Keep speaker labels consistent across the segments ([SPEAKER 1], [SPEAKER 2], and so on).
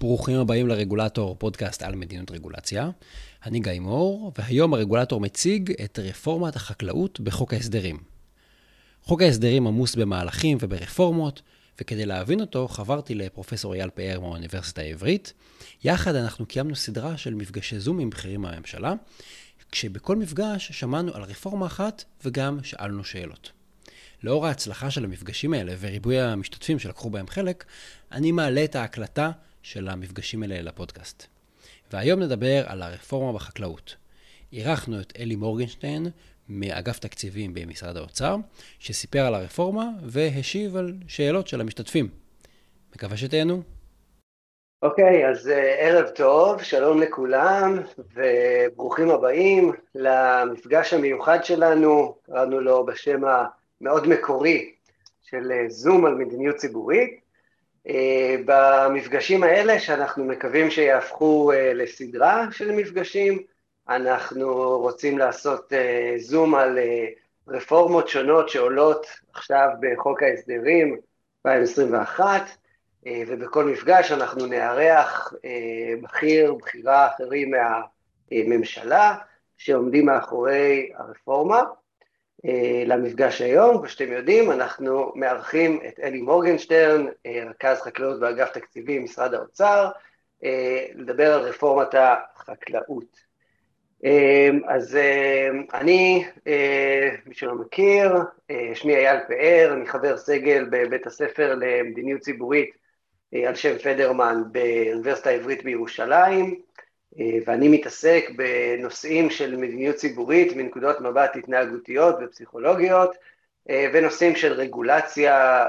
[SPEAKER 1] ברוכים הבאים לרגולטור, פודקאסט על מדיניות רגולציה. אני גיא מור, והיום הרגולטור מציג את רפורמת החקלאות בחוק ההסדרים. חוק ההסדרים עמוס במהלכים וברפורמות, וכדי להבין אותו חברתי לפרופסור אייל פאר מהאוניברסיטה העברית. יחד אנחנו קיימנו סדרה של מפגשי זום עם בכירים מהממשלה, כשבכל מפגש שמענו על רפורמה אחת וגם שאלנו שאלות. לאור ההצלחה של המפגשים האלה וריבוי המשתתפים שלקחו בהם חלק, אני מעלה את ההקלטה של המפגשים האלה לפודקאסט. והיום נדבר על הרפורמה בחקלאות. אירחנו את אלי מורגנשטיין מאגף תקציבים במשרד האוצר, שסיפר על הרפורמה והשיב על שאלות של המשתתפים. מקווה שתהנו.
[SPEAKER 2] אוקיי, אז ערב טוב, שלום לכולם וברוכים הבאים למפגש המיוחד שלנו, קראנו לו בשם המאוד מקורי של זום על מדיניות ציבורית. במפגשים האלה שאנחנו מקווים שיהפכו לסדרה של מפגשים, אנחנו רוצים לעשות זום על רפורמות שונות שעולות עכשיו בחוק ההסדרים 2021, ובכל מפגש אנחנו נארח בכירה אחרים מהממשלה שעומדים מאחורי הרפורמה. למפגש היום, כמו שאתם יודעים, אנחנו מארחים את אלי מורגנשטיין, רכז חקלאות באגף תקציבים משרד האוצר, לדבר על רפורמת החקלאות. אז אני, מי שלא מכיר, שמי אייל פאר, אני חבר סגל בבית הספר למדיניות ציבורית על שם פדרמן באוניברסיטה העברית בירושלים, ואני מתעסק בנושאים של מדיניות ציבורית מנקודות מבט התנהגותיות ופסיכולוגיות, ונושאים של רגולציה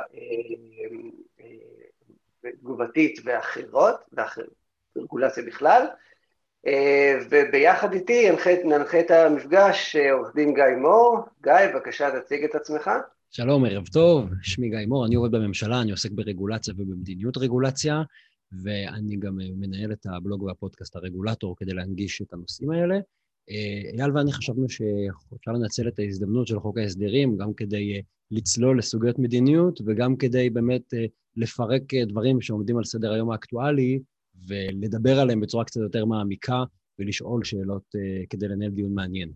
[SPEAKER 2] תגובתית ואחרות, רגולציה בכלל, וביחד איתי ננחה את המפגש עורך דין גיא מור. גיא, בבקשה תציג את עצמך.
[SPEAKER 1] שלום, ערב טוב, שמי גיא מור, אני עובד בממשלה, אני עוסק ברגולציה ובמדיניות רגולציה, ואני גם מנהל את הבלוג והפודקאסט הרגולטור כדי להנגיש את הנושאים האלה. אייל ואני חשבנו שאפשר לנצל את ההזדמנות של חוק ההסדרים, גם כדי לצלול לסוגיות מדיניות, וגם כדי באמת לפרק דברים שעומדים על סדר היום האקטואלי, ולדבר עליהם בצורה קצת יותר מעמיקה, ולשאול שאלות כדי לנהל דיון מעניין.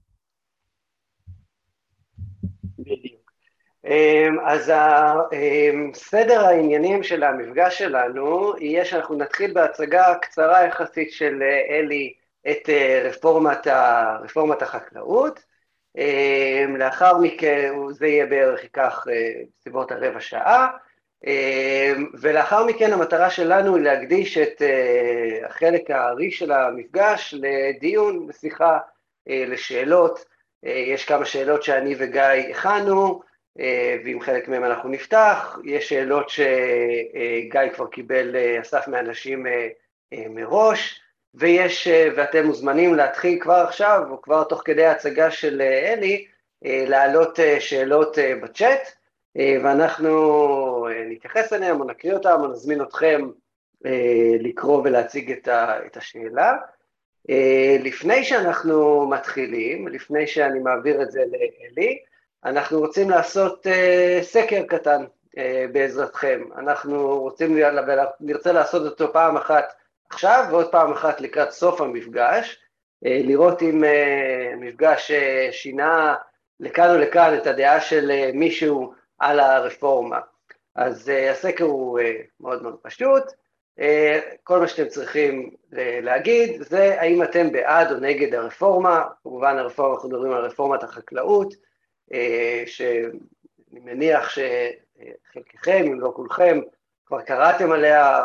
[SPEAKER 2] בדיוק. אז סדר העניינים של המפגש שלנו יהיה שאנחנו נתחיל בהצגה קצרה יחסית של אלי את רפורמת החקלאות. לאחר מכן זה יהיה בערך ייקח בסביבות הרבע שעה, ולאחר מכן המטרה שלנו היא להקדיש את החלק הארי של המפגש לדיון ושיחה, לשאלות. יש כמה שאלות שאני וגיא הכנו, ועם חלק מהם אנחנו נפתח. יש שאלות שגיא כבר קיבל, אסף מאנשים מראש, ואתם מוזמנים להתחיל כבר עכשיו, או כבר תוך כדי ההצגה של אלי, להעלות שאלות בצ'אט, ואנחנו נתייחס אליהם, או נקריא אותם, או נזמין אתכם לקרוא ולהציג את השאלה. לפני שאנחנו מתחילים, לפני שאני מעביר את זה לאלי, אנחנו רוצים לעשות סקר קטן בעזרתכם. אנחנו רוצים, נרצה לעשות אותו פעם אחת עכשיו, ועוד פעם אחת לקראת סוף המפגש, לראות אם מפגש שינה לכאן או לכאן את הדעה של מישהו על הרפורמה. אז הסקר הוא מאוד מאוד פשוט. כל מה שאתם צריכים להגיד זה האם אתם בעד או נגד הרפורמה. כמובן הרפורמה, אנחנו מדברים על רפורמת החקלאות, שאני מניח שחלקכם, אם לא כולכם, כבר קראתם עליה,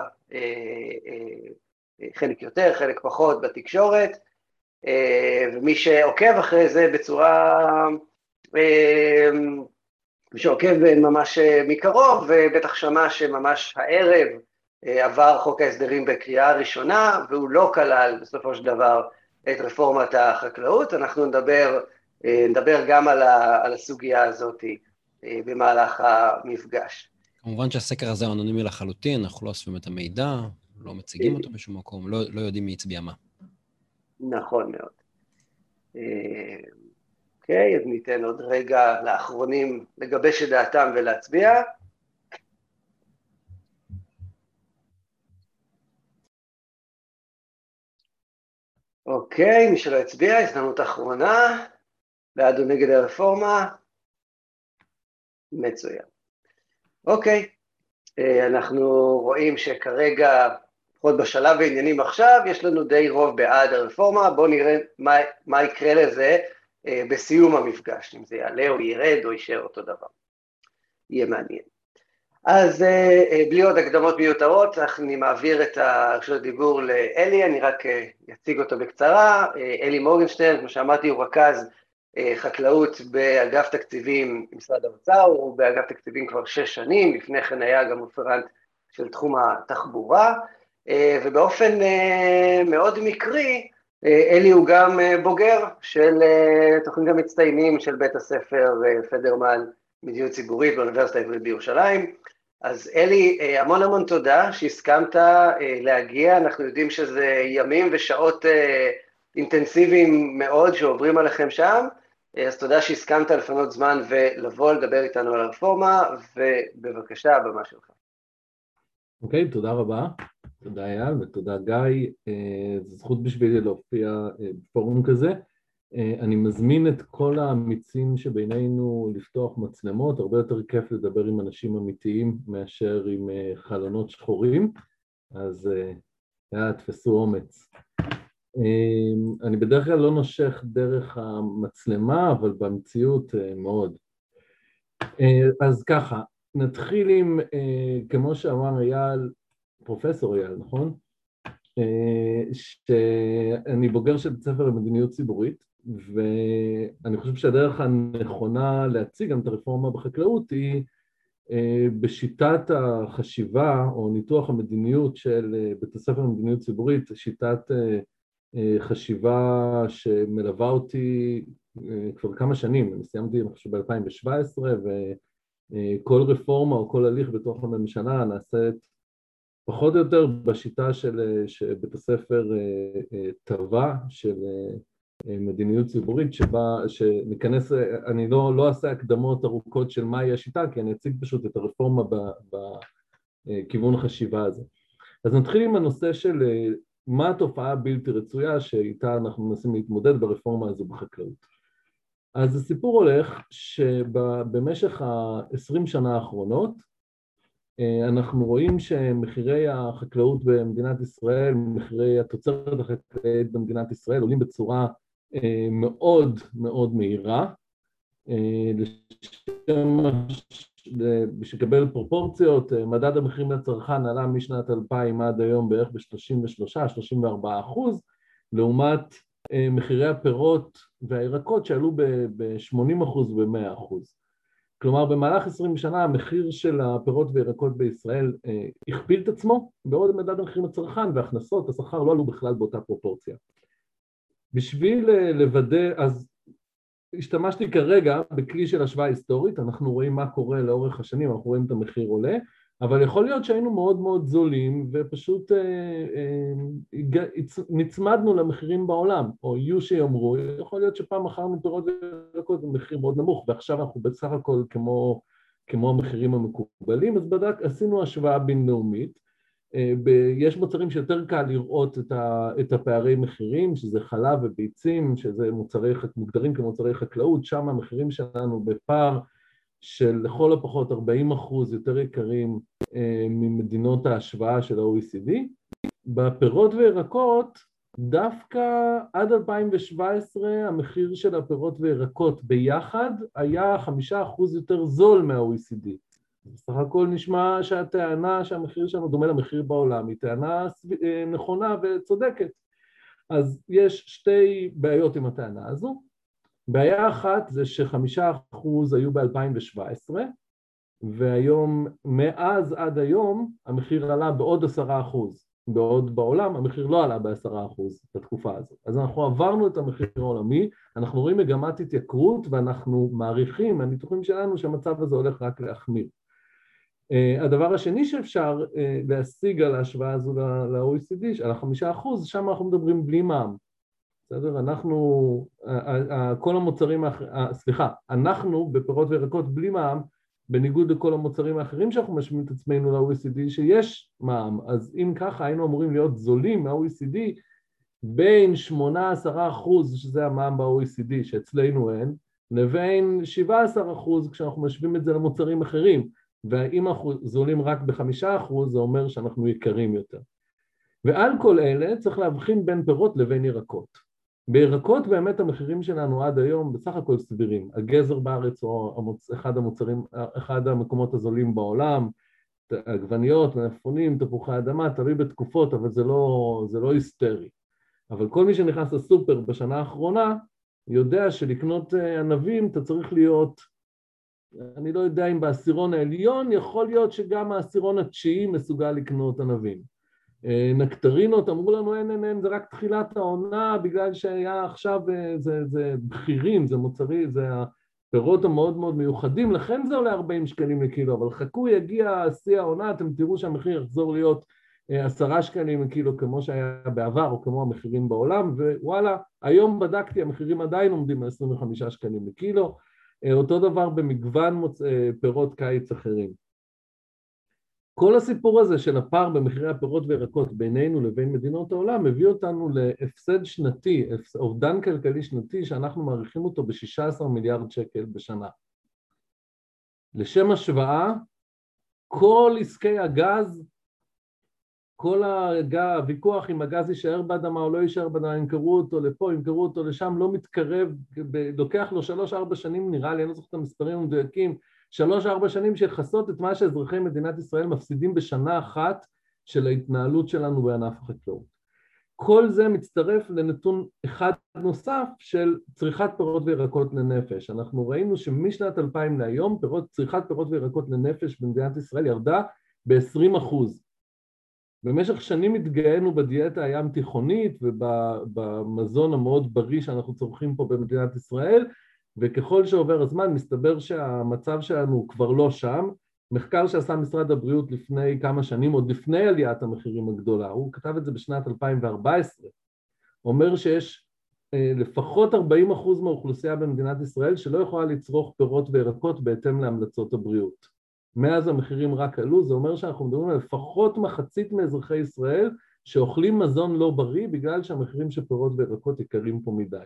[SPEAKER 2] חלק יותר, חלק פחות בתקשורת, ומי שעוקב אחרי זה בצורה, מי שעוקב ממש מקרוב, ובטח שמע שממש הערב עבר חוק ההסדרים בקריאה ראשונה, והוא לא כלל בסופו של דבר את רפורמת החקלאות. אנחנו נדבר גם על הסוגיה הזאת במהלך המפגש.
[SPEAKER 1] כמובן שהסקר הזה אנונימי לחלוטין, אנחנו לא אוספים את המידע, לא מציגים אותו בשום מקום, לא יודעים מי הצביע מה.
[SPEAKER 2] נכון מאוד. אוקיי, אז ניתן עוד רגע לאחרונים לגבש את דעתם ולהצביע. אוקיי, מי שלא הצביע, הזדמנות אחרונה, בעד או נגד הרפורמה, מצוין. אוקיי, אנחנו רואים שכרגע, לפחות בשלב העניינים עכשיו, יש לנו די רוב בעד הרפורמה, בואו נראה מה יקרה לזה בסיום המפגש, אם זה יעלה או ירד או יישאר אותו דבר. יהיה מעניין. אז בלי עוד הקדמות מיותרות, אני מעביר את רשות הדיבור לאלי, אני רק אציג אותו בקצרה. אלי מורגנשטיין, כמו שאמרתי, הוא רכז חקלאות באגף תקציבים במשרד האוצר, הוא באגף תקציבים כבר 6 שנים, לפני כן היה גם רפרנט של תחום התחבורה, ובאופן מאוד מקרי, אלי הוא גם בוגר של תוכנית המצטיינים של בית הספר פדרמן מדיניות ציבורית באוניברסיטה העברית בירושלים. אז אלי, המון המון תודה שהסכמת להגיע, אנחנו יודעים שזה ימים ושעות אינטנסיביים מאוד שעוברים עליכם שם, אז תודה שהסכמת לפנות זמן ולבוא לדבר איתנו על הרפורמה, ובבקשה, הבמה שלך.
[SPEAKER 3] אוקיי, תודה רבה, תודה אייל ותודה גיא, זו זכות בשבילי להופיע בפורום כזה. אני מזמין את כל האמיצים שבינינו לפתוח מצלמות, הרבה יותר כיף לדבר עם אנשים אמיתיים מאשר עם חלונות שחורים, אז תפסו אומץ. אני בדרך כלל לא נושך דרך המצלמה, אבל במציאות מאוד. אז ככה, נתחיל עם, כמו שאמר אייל, פרופסור אייל, נכון? שאני בוגר של בית ספר למדיניות ציבורית, ואני חושב שהדרך הנכונה להציג גם את הרפורמה בחקלאות היא בשיטת החשיבה או ניתוח המדיניות של בית הספר למדיניות ציבורית, שיטת חשיבה שמלווה אותי כבר כמה שנים. אני סיימתי, אני חושב, ב-2017, וכל רפורמה או כל הליך בתוך הממשלה נעשית פחות או יותר בשיטה שבית הספר טבע של מדיניות ציבורית, שניכנס, אני לא אעשה הקדמות ארוכות של מהי השיטה, כי אני אציג פשוט את הרפורמה בכיוון החשיבה הזה. אז נתחיל עם הנושא של מה התופעה הבלתי רצויה שאיתה אנחנו מנסים להתמודד ברפורמה הזו בחקלאות. אז הסיפור הולך שבמשך ה-20 שנה האחרונות, אנחנו רואים שמחירי החקלאות במדינת ישראל, מחירי התוצרת החקלאית במדינת ישראל עולים בצורה מאוד מאוד מהירה. בשביל לקבל פרופורציות, מדד המחירים לצרכן עלה משנת 2000 עד היום בערך ב-33-34%, לעומת מחירי הפירות והירקות שעלו ב-80% וב-100%. כלומר, במהלך 20 שנה המחיר של הפירות וירקות בישראל הכפיל את עצמו, בעוד מדד המחירים לצרכן והכנסות השכר לא עלו בכלל באותה פרופורציה. בשביל לוודא, אז השתמשתי כרגע בכלי של השוואה היסטורית, אנחנו רואים מה קורה לאורך השנים, אנחנו רואים את המחיר עולה, אבל יכול להיות שהיינו מאוד מאוד זולים ופשוט נצמדנו למחירים בעולם, או יהיו שיאמרו, יכול להיות שפעם מכרנו פירות וירקות במחיר מאוד נמוך, ועכשיו אנחנו בסך הכל כמו המחירים המקובלים, אז עשינו השוואה בינלאומית, יש מוצרים שיותר קל לראות את הפערי מחירים, שזה חלב וביצים, שזה מוגדרים כמוצרי חקלאות, שם המחירים שלנו בפער של לכל הפחות 40% יותר יקרים ממדינות ההשוואה של ה-OECD. בפירות וירקות, דווקא עד 2017 המחיר של הפירות וירקות ביחד היה 5% יותר זול מה-OECD. בסך הכל נשמע שהטענה שהמחיר שלנו דומה למחיר בעולם היא טענה נכונה וצודקת. אז יש שתי בעיות עם הטענה הזו. בעיה אחת זה ש5% היו ב-2017, והיום, מאז עד היום, המחיר עלה בעוד 10%. בעוד בעולם המחיר לא עלה ב10% בתקופה הזאת. אז אנחנו עברנו את המחיר העולמי, אנחנו רואים מגמת התייקרות, ואנחנו מעריכים, הניתוחים שלנו, שהמצב הזה הולך רק להחמיר. הדבר השני שאפשר להשיג על ההשוואה הזו ל-OECD, על 5%, שם אנחנו מדברים בלי מע"מ. בסדר? כל המוצרים, אנחנו בפירות וירקות בלי מע"מ, בניגוד לכל המוצרים האחרים שאנחנו משווים את עצמנו ל-OECD, שיש מע"מ. אז אם ככה היינו אמורים להיות זולים מה-OECD, בין 8-10%, שזה המע"מ ב-OECD, שאצלנו אין, לבין 17% כשאנחנו משווים את זה למוצרים אחרים, ואם אנחנו זולים רק ב5%, זה אומר שאנחנו יקרים יותר. ועל כל אלה צריך להבחין בין פירות לבין ירקות. בירקות באמת המחירים שלנו עד היום בסך הכל סבירים. הגזר בארץ הוא אחד המקומות הזולים בעולם, עגבניות, מלפפונים, תפוחי אדמה, תלוי בתקופות, אבל זה לא היסטרי. אבל כל מי שנכנס לסופר בשנה האחרונה, יודע שלקנות ענבים אתה צריך להיות, אני לא יודע אם בעשירון העליון, יכול להיות שגם העשירון התשיעי מסוגל לקנות ענבים. נקטרינות אמרו לנו אין, זה רק תחילת העונה, בגלל שהיה עכשיו, זה בחירים, זה מוצרי, זה הפירות המאוד מאוד מיוחדים, לכן זה עולה 40 שקלים לקילו, אבל חכו יגיע שיא העונה, אתם תראו שהמחיר יחזור להיות 10 שקלים לקילו כמו שהיה בעבר, או כמו המחירים בעולם, ווואלה, היום בדקתי, המחירים עדיין עומדים על 25 שקלים לקילו, אותו דבר במגוון פירות קיץ אחרים. כל הסיפור הזה של הפער במחירי הפירות וירקות בינינו לבין מדינות העולם מביא אותנו להפסד שנתי, אובדן כלכלי שנתי שאנחנו מעריכים אותו ב-16 מיליארד שקל בשנה. לשם השוואה, כל עסקי הגז, כל הוויכוח אם הגז יישאר באדמה או לא יישאר באדמה, ימכרו אותו לפה, ימכרו אותו לשם, לא מתקרב, לוקח לו 3-4 שנים נראה לי, אני לא זוכר את המספרים המדויקים, 3-4 שנים שיחסות את מה שאזרחי מדינת ישראל מפסידים בשנה אחת של ההתנהלות שלנו בענף החקלאות. כל זה מצטרף לנתון אחד נוסף של צריכת פירות וירקות לנפש. אנחנו ראינו שמשנת 2000 להיום צריכת פירות וירקות לנפש במדינת ישראל ירדה ב-20%. במשך שנים התגאינו בדיאטה הים תיכונית ובמזון המאוד בריא שאנחנו צורכים פה במדינת ישראל, וככל שעובר הזמן מסתבר שהמצב שלנו כבר לא שם. מחקר שעשה משרד הבריאות לפני כמה שנים, עוד לפני עליית המחירים הגדולה, הוא כתב את זה בשנת 2014, אומר שיש לפחות 40% מהאוכלוסייה במדינת ישראל שלא יכולה לצרוך פירות וירקות בהתאם להמלצות הבריאות. מאז המחירים רק עלו, זה אומר שאנחנו מדברים על לפחות מחצית מאזרחי ישראל שאוכלים מזון לא בריא בגלל שהמחירים של פירות וירקות יקרים פה מדי.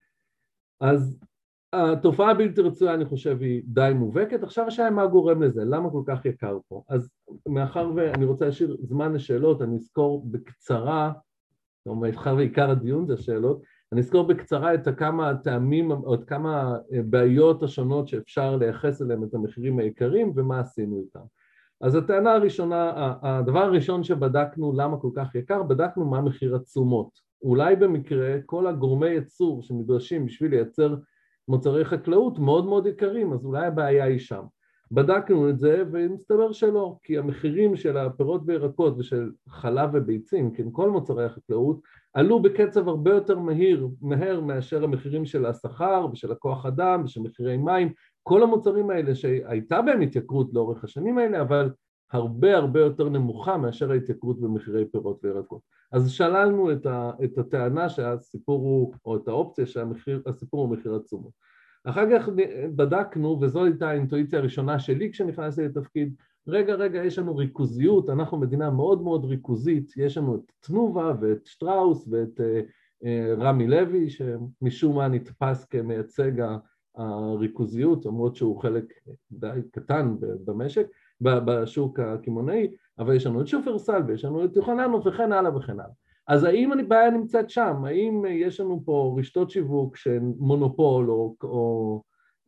[SPEAKER 3] אז התופעה הבלתי רצויה אני חושב היא די מובהקת. עכשיו השאלה מה גורם לזה, למה כל כך יקר פה? אז מאחר ואני רוצה להשאיר זמן לשאלות, אני אזכור בקצרה, מאחר ועיקר הדיון זה השאלות, אני אזכור בקצרה את כמה טעמים או את כמה בעיות השונות שאפשר לייחס אליהם את המחירים העיקריים ומה עשינו איתם. אז הטענה הראשונה, הדבר הראשון שבדקנו למה כל כך יקר, בדקנו מה מחיר התשומות. אולי במקרה כל הגורמי ייצור שנדרשים בשביל לייצר מוצרי חקלאות מאוד מאוד יקרים, אז אולי הבעיה היא שם. בדקנו את זה ומסתבר שלא, כי המחירים של הפירות וירקות ושל חלב וביצים, כן, כל מוצרי החקלאות, עלו בקצב הרבה יותר מהר מאשר המחירים של השכר ושל הכוח אדם ושל מחירי מים, כל המוצרים האלה שהייתה בהם התייקרות לאורך השנים האלה, אבל הרבה הרבה יותר נמוכה מאשר ההתייקרות במחירי פירות וירקות. אז שללנו את הטענה שהסיפור הוא, או את האופציה שהסיפור הוא מחיר התשומות. אחר כך בדקנו, וזו הייתה האינטואיציה הראשונה שלי כשנכנסתי לתפקיד, רגע, יש לנו ריכוזיות, אנחנו מדינה מאוד מאוד ריכוזית, יש לנו את תנובה ואת שטראוס ואת רמי לוי, שמשום מה נתפס כמייצג הריכוזיות, למרות שהוא חלק די קטן במשק, בשוק הקמעונאי, אבל יש לנו את שופרסל ויש לנו את יוחננוף וכן הלאה וכן הלאה. אז האם הבעיה נמצאת שם? האם יש לנו פה רשתות שיווק שהן מונופול או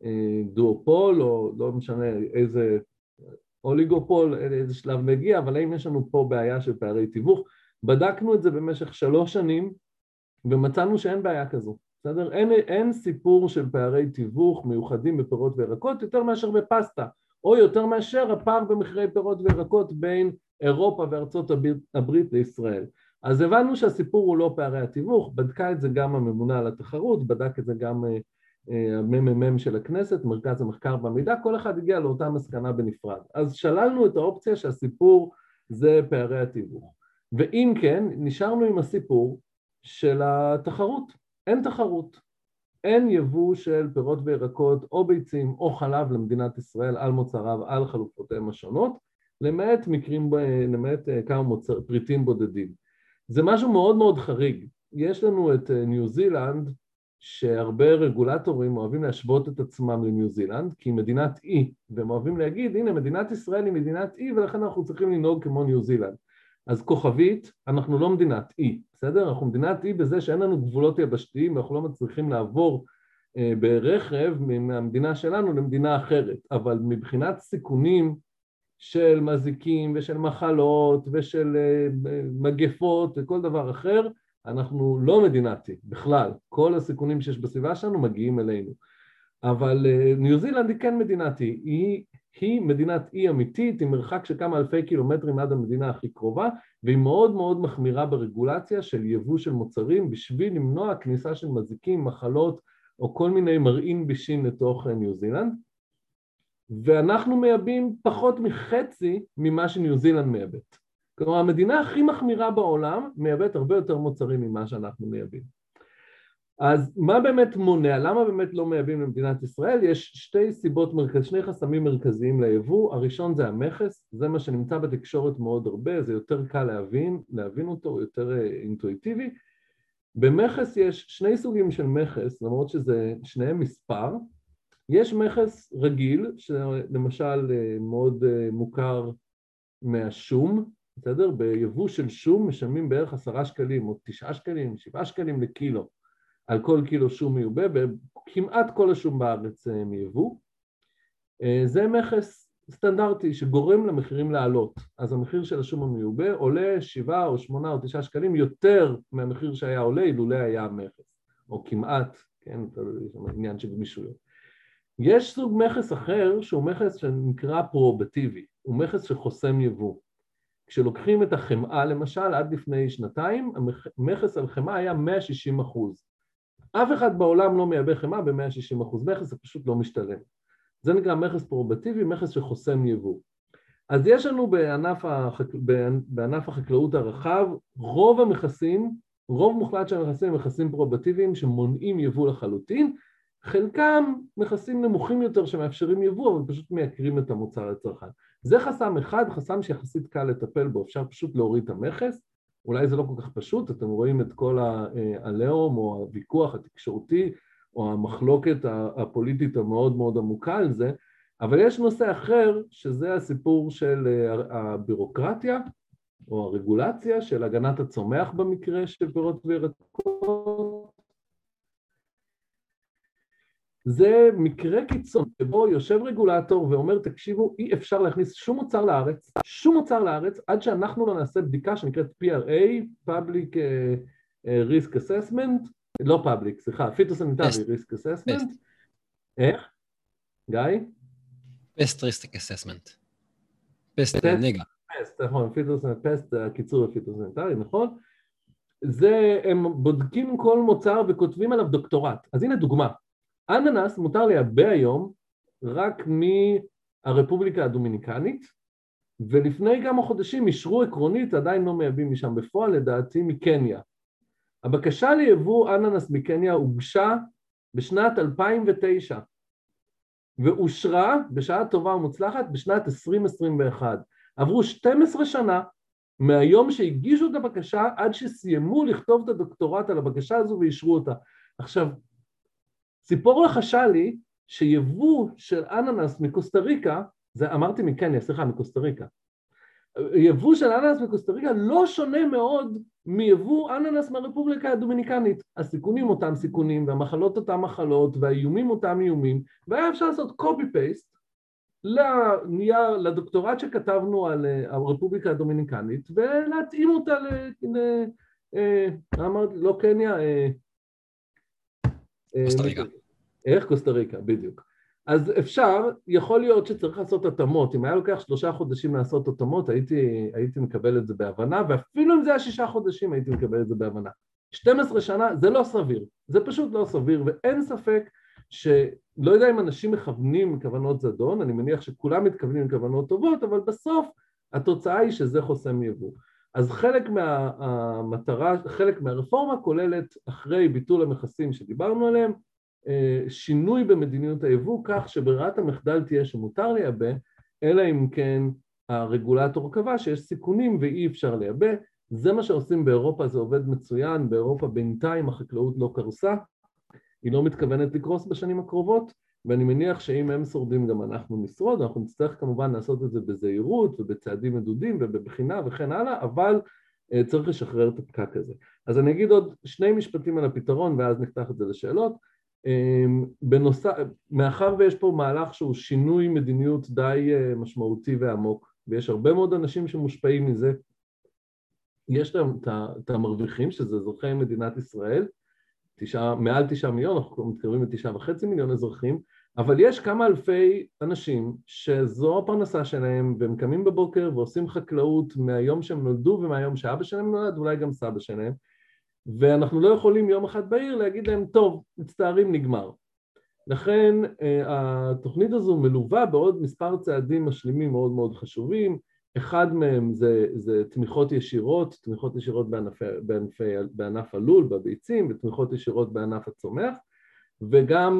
[SPEAKER 3] דואופול או לא משנה איזה אוליגופול, איזה שלב מגיע, אבל האם יש לנו פה בעיה של פערי תיווך? בדקנו את זה במשך 3 שנים ומצאנו שאין בעיה כזו. בסדר? אין סיפור של פערי תיווך מיוחדים בפירות וירקות יותר מאשר בפסטה, או יותר מאשר הפער במחירי פירות וירקות בין אירופה וארצות הברית לישראל. אז הבנו שהסיפור הוא לא פערי התיווך, בדקה את זה גם הממונה על התחרות, בדק את זה גם הממ"מ של הכנסת, מרכז המחקר והמידע, כל אחד הגיע לאותה מסקנה בנפרד. אז שללנו את האופציה שהסיפור זה פערי התיווך. ואם כן, נשארנו עם הסיפור של התחרות. אין תחרות. אין יבוא של פירות וירקות או ביצים או חלב למדינת ישראל על מוצריו, על חלופותיהם השונות, למעט כמה פריטים בודדים. זה משהו מאוד מאוד חריג. יש לנו את ניו זילנד, שהרבה רגולטורים אוהבים להשוות את עצמם לניו זילנד, כי היא מדינת אי, והם אוהבים להגיד, הנה, מדינת ישראל היא מדינת אי, ולכן אנחנו צריכים לנהוג כמו ניו זילנד. אז כוכבית, אנחנו לא מדינת אי, בסדר? אנחנו מדינת אי בזה שאין לנו גבולות יבשתיים, ואנחנו לא מצליחים לעבור ברכב מהמדינה שלנו למדינה אחרת, אבל מבחינת סיכונים של מזיקים ושל מחלות ושל מגפות וכל דבר אחר, אנחנו לא מדינתי בכלל, כל הסיכונים שיש בסביבה שלנו מגיעים אלינו. אבל ניו זילנד היא כן מדינתי, היא מדינת אי אמיתית, עם מרחק של כמה אלפי קילומטרים עד המדינה הכי קרובה, והיא מאוד מאוד מחמירה ברגולציה של יבוא של מוצרים, בשביל למנוע כניסה של מזיקים, מחלות, או כל מיני מרעין בישין לתוך ניו זילנד, ואנחנו מייבאים פחות מחצי ממה שניו זילנד מייבאת. כלומר, המדינה הכי מחמירה בעולם מייבאת הרבה יותר מוצרים ממה שאנחנו מייבאים. אז מה באמת מונע? למה באמת לא מייבאים למדינת ישראל? יש שני חסמים מרכזיים ליבוא. הראשון זה המכס, זה מה שנמצא בתקשורת מאוד הרבה, זה יותר קל להבין אותו, הוא יותר אינטואיטיבי. במכס יש שני סוגים של מכס, למרות שזה שניהם מספר. יש מכס רגיל, שלמשל מאוד מוכר מהשום, בסדר? ביבוא של שום משלמים בערך 10 שקלים או 9 שקלים, 7 שקלים לקילו, על כל קילו שום מיובא, וכמעט כל השום בארץ מיבוא. זה מכס סטנדרטי שגורם למחירים לעלות, אז המחיר של השום המיובא עולה 7 או 8 או 9 שקלים יותר מהמחיר שהיה עולה אילולא היה המכס, או כמעט, כן, עניין של גמישויות. יש סוג מכס אחר שהוא מכס שנקרא פרובטיבי, הוא מכס שחוסם יבוא. כשלוקחים את החמאה למשל, עד לפני שנתיים, המכס על חמאה היה 160%. אף אחד בעולם לא מייבא חמאה ב-160%, מכס זה פשוט לא משתלם. זה נקרא מכס פרובטיבי, מכס שחוסם יבוא. אז יש לנו בענף החקלאות הרחב, רוב המכסים, רוב מוחלט של המכסים הם מכסים פרובטיביים שמונעים יבוא לחלוטין, חלקם מכסים נמוכים יותר שמאפשרים יבוא, אבל פשוט מייקרים את המוצר לצרכן. זה חסם אחד, חסם שיחסית קל לטפל בו, אפשר פשוט להוריד את המכס, אולי זה לא כל כך פשוט, אתם רואים את כל העליהום או הוויכוח התקשורתי, או המחלוקת הפוליטית המאוד מאוד עמוקה על זה, אבל יש נושא אחר, שזה הסיפור של הבירוקרטיה, או הרגולציה של הגנת הצומח במקרה של פירות וירקות. זה מקרה קיצון, שבו יושב רגולטור ואומר, תקשיבו, אי אפשר להכניס שום מוצר לארץ, עד שאנחנו לא נעשה בדיקה שנקראת PRA, Public Risk Assessment, לא Public, סליחה, Phytosanitary Risk Assessment. איך? גיא?
[SPEAKER 1] Pest Risk Assessment. פסט נגע.
[SPEAKER 3] פסט, נכון, פסט, הקיצור הפיטוסניטרי, נכון? זה, הם בודקים כל מוצר וכותבים עליו דוקטורט. אז הנה דוגמה. אננס מותר לייבא היום רק מהרפובליקה הדומיניקנית, ולפני כמה חודשים אישרו עקרונית, עדיין לא מייבאים משם בפועל, לדעתי מקניה. הבקשה ליבוא אננס מקניה הוגשה בשנת 2009, ואושרה בשעה טובה ומוצלחת בשנת 2021. עברו 12 שנה מהיום שהגישו את הבקשה עד שסיימו לכתוב את הדוקטורט על הבקשה הזו ואישרו אותה. עכשיו, ציפור לחשה לי שיבוא של אננס מקוסטה ריקה, זה אמרתי מקניה, סליחה, מקוסטה ריקה, יבוא של אננס מקוסטה ריקה לא שונה מאוד מיבוא אננס מהרפובליקה הדומיניקנית. הסיכונים אותם סיכונים, והמחלות אותם מחלות, והאיומים אותם איומים, והיה אפשר לעשות copy-paste לדוקטורט שכתבנו על הרפובליקה הדומיניקנית, ולהתאים אותה לא קניה,
[SPEAKER 1] קוסטה ריקה.
[SPEAKER 3] איך? קוסטה ריקה, בדיוק. אז אפשר, יכול להיות שצריך לעשות התאמות, אם היה לוקח 3 חודשים לעשות התאמות, הייתי מקבל את זה בהבנה, ואפילו אם זה היה 6 חודשים הייתי מקבל את זה בהבנה. 12 שנה זה לא סביר, זה פשוט לא סביר, ואין ספק שלא יודע אם אנשים מכוונים כוונות זדון, אני מניח שכולם מתכוונים כוונות טובות, אבל בסוף התוצאה היא שזה חוסם יבוא. אז חלק מהמטרה, חלק מהרפורמה כוללת אחרי ביטול המכסים שדיברנו עליהם, שינוי במדיניות היבוא כך שברירת המחדל תהיה שמותר לייבא, אלא אם כן הרגולטור קבע שיש סיכונים ואי אפשר לייבא. זה מה שעושים באירופה, זה עובד מצוין, באירופה בינתיים החקלאות לא קרסה, היא לא מתכוונת לקרוס בשנים הקרובות, ואני מניח שאם הם שורדים גם אנחנו נשרוד, אנחנו נצטרך כמובן לעשות את זה בזהירות ובצעדים מדודים ובבחינה וכן הלאה, אבל צריך לשחרר את הפקק הזה. אז אני אגיד עוד 2 משפטים על הפתרון ואז נפתח את זה לשאלות. מאחר ויש פה מהלך שהוא שינוי מדיניות די משמעותי ועמוק, ויש הרבה מאוד אנשים שמושפעים מזה, יש להם את המרוויחים, שזה אזרחי מדינת ישראל, מעל 9 מיליון, אנחנו מתקרבים ל9.5 מיליון אזרחים, אבל יש כמה אלפי אנשים שזו הפרנסה שלהם, והם קמים בבוקר ועושים חקלאות מהיום שהם נולדו ומהיום שאבא שלהם נולד, אולי גם סבא שלהם, ואנחנו לא יכולים יום אחד בעיר להגיד להם, טוב, מצטערים, נגמר. לכן התוכנית הזו מלווה בעוד מספר צעדים משלימים מאוד מאוד חשובים, אחד מהם זה תמיכות ישירות בענף הלול, בביצים, ותמיכות ישירות בענף הצומח, וגם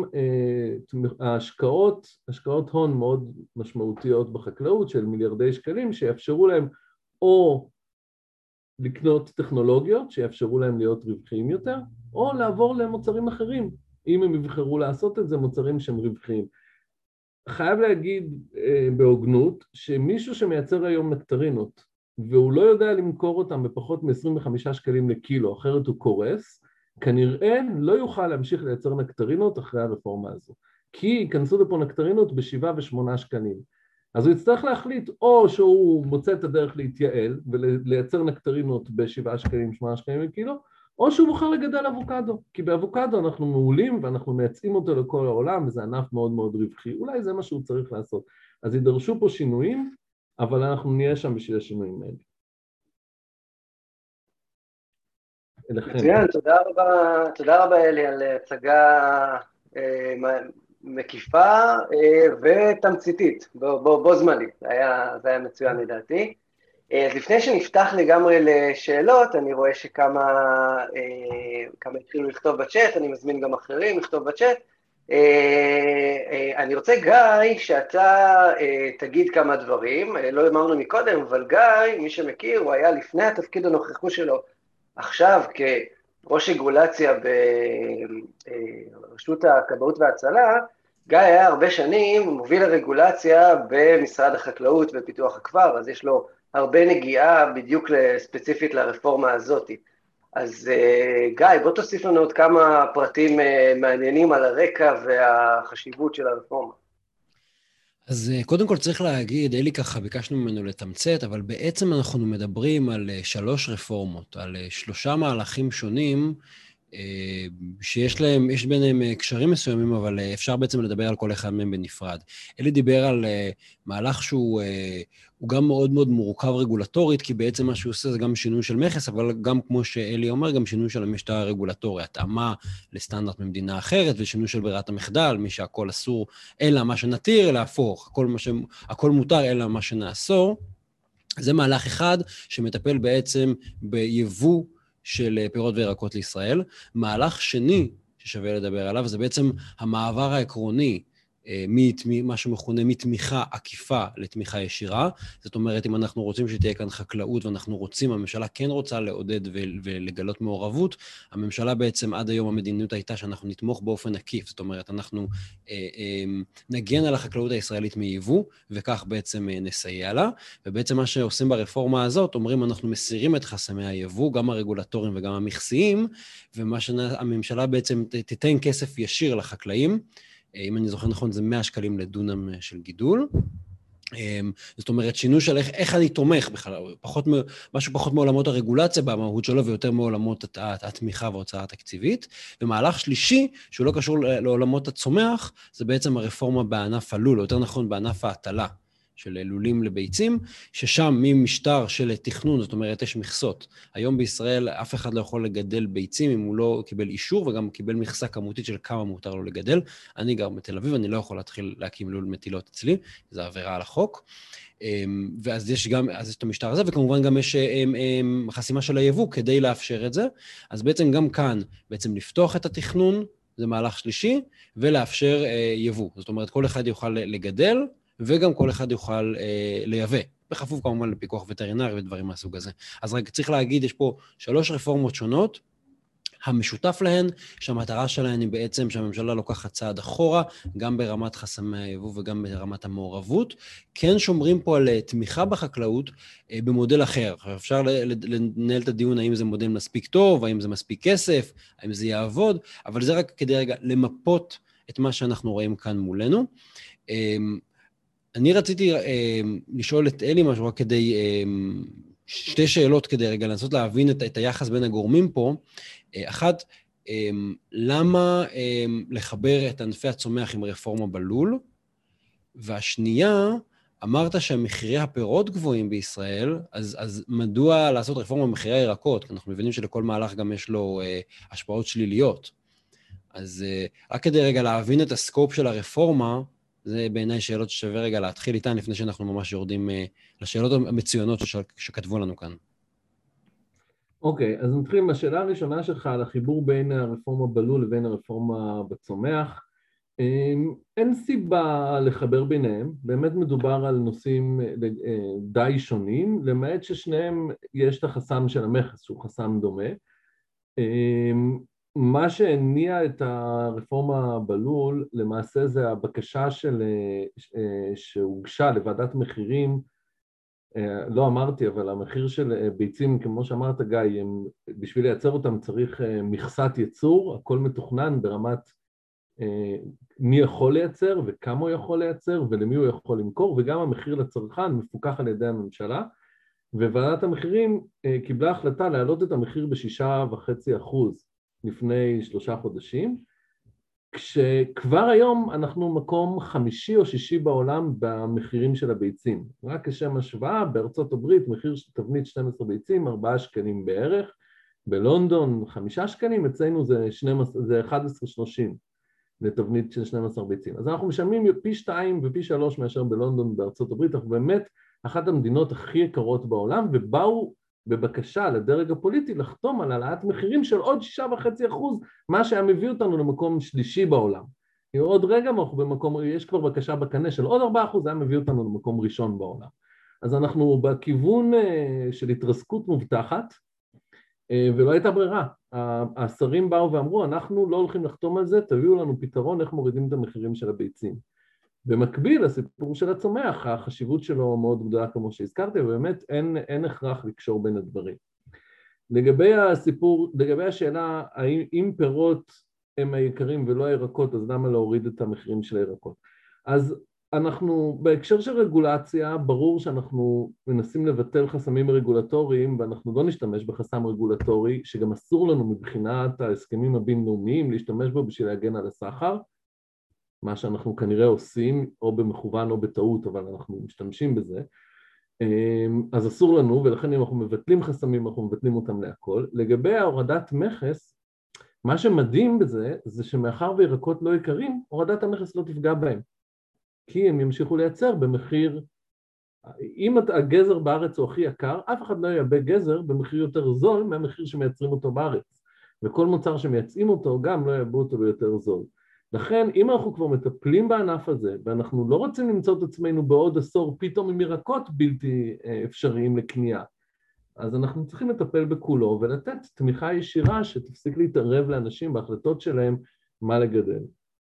[SPEAKER 3] השקעות הון מאוד משמעותיות בחקלאות של מיליארדי שקלים, שיאפשרו להם או לקנות טכנולוגיות, שיאפשרו להם להיות רווחיים יותר, או לעבור למוצרים אחרים, אם הם יבחרו לעשות את זה, מוצרים שהם רווחיים. חייב להגיד בהוגנות, שמישהו שמייצר היום נקטרינות, והוא לא יודע למכור אותם בפחות מ-25 שקלים לקילו, אחרת הוא קורס, כנראה לא יוכל להמשיך לייצר נקטרינות אחרי הרפורמה הזו. כי ייכנסו לפה נקטרינות ב7 ו8 שקלים. אז הוא יצטרך להחליט, או שהוא מוצא את הדרך להתייעל, ולייצר נקטרינות ב7 שקלים, 8 שקלים לקילו, או שהוא בוחר לגדל אבוקדו, כי באבוקדו אנחנו מעולים ואנחנו מייצאים אותו לכל העולם, וזה ענף מאוד מאוד רווחי, אולי זה מה שהוא צריך לעשות. אז יידרשו פה שינויים, אבל אנחנו נהיה שם בשביל השינויים האלה.
[SPEAKER 2] מצוין, תודה רבה אלי על הצגה מקיפה ותמציתית, בו זמנית, זה היה מצוין לדעתי. אז לפני שנפתח לגמרי לשאלות, אני רואה שכמה התחילו לכתוב בצ'אט, אני מזמין גם אחרים לכתוב בצ'אט. אני רוצה, גיא, שאתה תגיד כמה דברים, לא אמרנו מקודם, אבל גיא, מי שמכיר, הוא היה לפני התפקיד הנוכחי שלו, עכשיו כראש רגולציה ברשות הכבאות וההצלה, גיא היה הרבה שנים מוביל הרגולציה במשרד החקלאות ופיתוח הכפר, אז יש לו הרבה נגיעה בדיוק ספציפית לרפורמה הזאת. אז גיא, בוא תוסיף לנו עוד כמה פרטים מעניינים על הרקע והחשיבות של הרפורמה.
[SPEAKER 1] אז קודם כל צריך להגיד, אלי ככה ביקשנו ממנו לתמצת, אבל בעצם אנחנו מדברים על 3 רפורמות, על 3 מהלכים שונים, שיש ביניהם קשרים מסוימים, אבל אפשר בעצם לדבר על כל אחד מהם בנפרד. אלי דיבר על מהלך שהוא גם מאוד מאוד מורכב רגולטורית, כי בעצם מה שהוא עושה זה גם שינוי של מכס, אבל גם כמו שאלי אומר, גם שינוי של המשטר הרגולטורי, התאמה לסטנדרט ממדינה אחרת, ושינוי של ברירת המחדל, מי שהכל אסור, אלא מה שנתיר, אלא הפוך, הכל מותר, אלא מה שנאסור. זה מהלך אחד שמטפל בעצם ביבוא של פירות וירקות לישראל. מהלך שני ששווה לדבר עליו, זה בעצם המעבר העקרוני, מה שמכונה מתמיכה עקיפה לתמיכה ישירה. זאת אומרת, אם אנחנו רוצים שתהיה כאן חקלאות, ואנחנו רוצים, הממשלה כן רוצה לעודד ולגלות מעורבות, הממשלה בעצם עד היום המדיניות הייתה שאנחנו נתמוך באופן עקיף. זאת אומרת, אנחנו נגן על החקלאות הישראלית מייבוא, וכך בעצם נסייע לה. ובעצם מה שעושים ברפורמה הזאת, אומרים, אנחנו מסירים את חסמי הייבוא, גם הרגולטוריים וגם המכסיים, ומה שהממשלה בעצם תיתן כסף ישיר לחקלאים, אם אני זוכר נכון, זה 100 שקלים לדונם של גידול. זאת אומרת, שינוי של איך אני תומך בכלל, משהו פחות מעולמות הרגולציה במהות שלו, ויותר מעולמות התמיכה וההוצאה התקציבית. ומהלך שלישי, שהוא לא קשור לעולמות הצומח, זה בעצם הרפורמה בענף הלול, או יותר נכון בענף ההטלה, של לולים לביצים, ששם ממשטר של תכנון, זאת אומרת, יש מכסות. היום בישראל אף אחד לא יכול לגדל ביצים אם הוא לא קיבל אישור, וגם קיבל מכסה כמותית של כמה מותר לו לגדל. אני גר בתל אביב, אני לא יכול להתחיל להקים לול מטילות אצלי, זה עבירה על החוק. ואז יש את המשטר הזה, וכמובן גם יש חסימה של היבוא כדי לאפשר את זה. אז בעצם גם כאן, בעצם לפתוח את התכנון, זה מהלך שלישי, ולאפשר יבוא. זאת אומרת, כל אחד יוכל לגדל, וגם כל אחד יוכל לייבא. בכפוף כמובן לפיקוח וטרינרי ודברים מהסוג הזה. אז רק צריך להגיד, יש פה 3 רפורמות שונות, המשותף להן, שהמטרה שלהן היא בעצם שהממשלה לוקחת צעד אחורה, גם ברמת חסמי היבוא וגם ברמת המעורבות, כן שומרים פה על תמיכה בחקלאות במודל אחר. אפשר לנהל את הדיון האם זה מודל מספיק טוב, האם זה מספיק כסף, האם זה יעבוד, אבל זה רק כדי רגע למפות את מה שאנחנו רואים כאן מולנו. אני רציתי לשאול את אלי משהו רק כדי, 2 שאלות כדי רגע לנסות להבין את היחס בין הגורמים פה. אחת, למה לחבר את ענפי הצומח עם רפורמה בלול? והשנייה, אמרת שמחירי הפירות גבוהים בישראל, אז מדוע לעשות רפורמה במחירי הירקות? אנחנו מבינים שלכל מהלך גם יש לו השפעות שליליות. אז רק כדי רגע להבין את הסקופ של הרפורמה, זה בעיניי שאלות ששווה רגע להתחיל איתן, לפני שאנחנו ממש יורדים לשאלות המצוינות שכתבו לנו כאן.
[SPEAKER 3] אוקיי, אז נתחיל עם השאלה הראשונה שלך על החיבור בין הרפורמה בלול לבין הרפורמה בצומח. אין סיבה לחבר ביניהם, באמת מדובר על נושאים די שונים, למעט ששניהם יש את החסם של המכס, שהוא חסם דומה. מה שהניע את הרפורמה בלול, למעשה זה הבקשה שהוגשה לוועדת מחירים, לא אמרתי, אבל המחיר של ביצים, כמו שאמרת גיא, בשביל לייצר אותם צריך מכסת ייצור, הכל מתוכנן ברמת מי יכול לייצר וכמה הוא יכול לייצר ולמי הוא יכול למכור, וגם המחיר לצרכן מפוקח על ידי הממשלה, וועדת המחירים קיבלה החלטה להעלות את המחיר ב6.5% לפני 3 חודשים, כשכבר היום אנחנו מקום 5 או 6 בעולם במחירים של הביצים. רק כשם השוואה, בארצות הברית מחיר של תבנית 12 ביצים, 4 שקלים בערך, בלונדון 5 שקלים, אצלנו זה 11.30 לתבנית של 12 ביצים. אז אנחנו משלמים פי 2 ופי 3 מאשר בלונדון בארצות הברית, אנחנו באמת אחת המדינות הכי יקרות בעולם, ובאו בבקשה לדרג הפוליטי לחתום על העלאת מחירים של עוד 6.5%, מה שהיה מביא אותנו למקום שלישי בעולם. עוד רגע אנחנו במקום, יש כבר בקשה בקנה של עוד 4%, זה היה מביא אותנו למקום ראשון בעולם. אז אנחנו בכיוון של התרסקות מובטחת, ולא הייתה ברירה. השרים באו ואמרו, אנחנו לא הולכים לחתום על זה, תביאו לנו פתרון איך מורידים את המחירים של הביצים. במקביל, הסיפור של הצומח, החשיבות שלו מאוד גדולה כמו שהזכרתי, ובאמת אין הכרח לקשור בין הדברים. לגבי השאלה, אם פירות הם היקרים ולא הירקות, אז למה להוריד את המחירים של הירקות? אז אנחנו, בהקשר של רגולציה, ברור שאנחנו מנסים לבטל חסמים רגולטוריים, ואנחנו לא נשתמש בחסם רגולטורי, שגם אסור לנו מבחינת ההסכמים הבינלאומיים להשתמש בו בשביל להגן על הסחר, מה שאנחנו כנראה עושים, או במכוון או בטעות, אבל אנחנו משתמשים בזה, אז אסור לנו, ולכן אם אנחנו מבטלים חסמים, אנחנו מבטלים אותם להכל. לגבי ההורדת מכס, מה שמדהים בזה, זה שמאחר וירקות לא יקרים, הורדת המכס לא תפגע בהם, כי הם ימשיכו לייצר במחיר, אם הגזר בארץ הוא הכי יקר, אף אחד לא ייבא גזר במחיר יותר זול מהמחיר שמייצרים אותו בארץ, וכל מוצר שמייצאים אותו גם לא ייבאו אותו ביותר זול. לכן, אם אנחנו כבר מטפלים בענף הזה, ואנחנו לא רוצים למצוא את עצמנו בעוד עשור פתאום עם ירקות בלתי אפשריים לקנייה, אז אנחנו צריכים לטפל בכולו ולתת תמיכה ישירה שתפסיק להתערב לאנשים בהחלטות שלהם מה לגדל.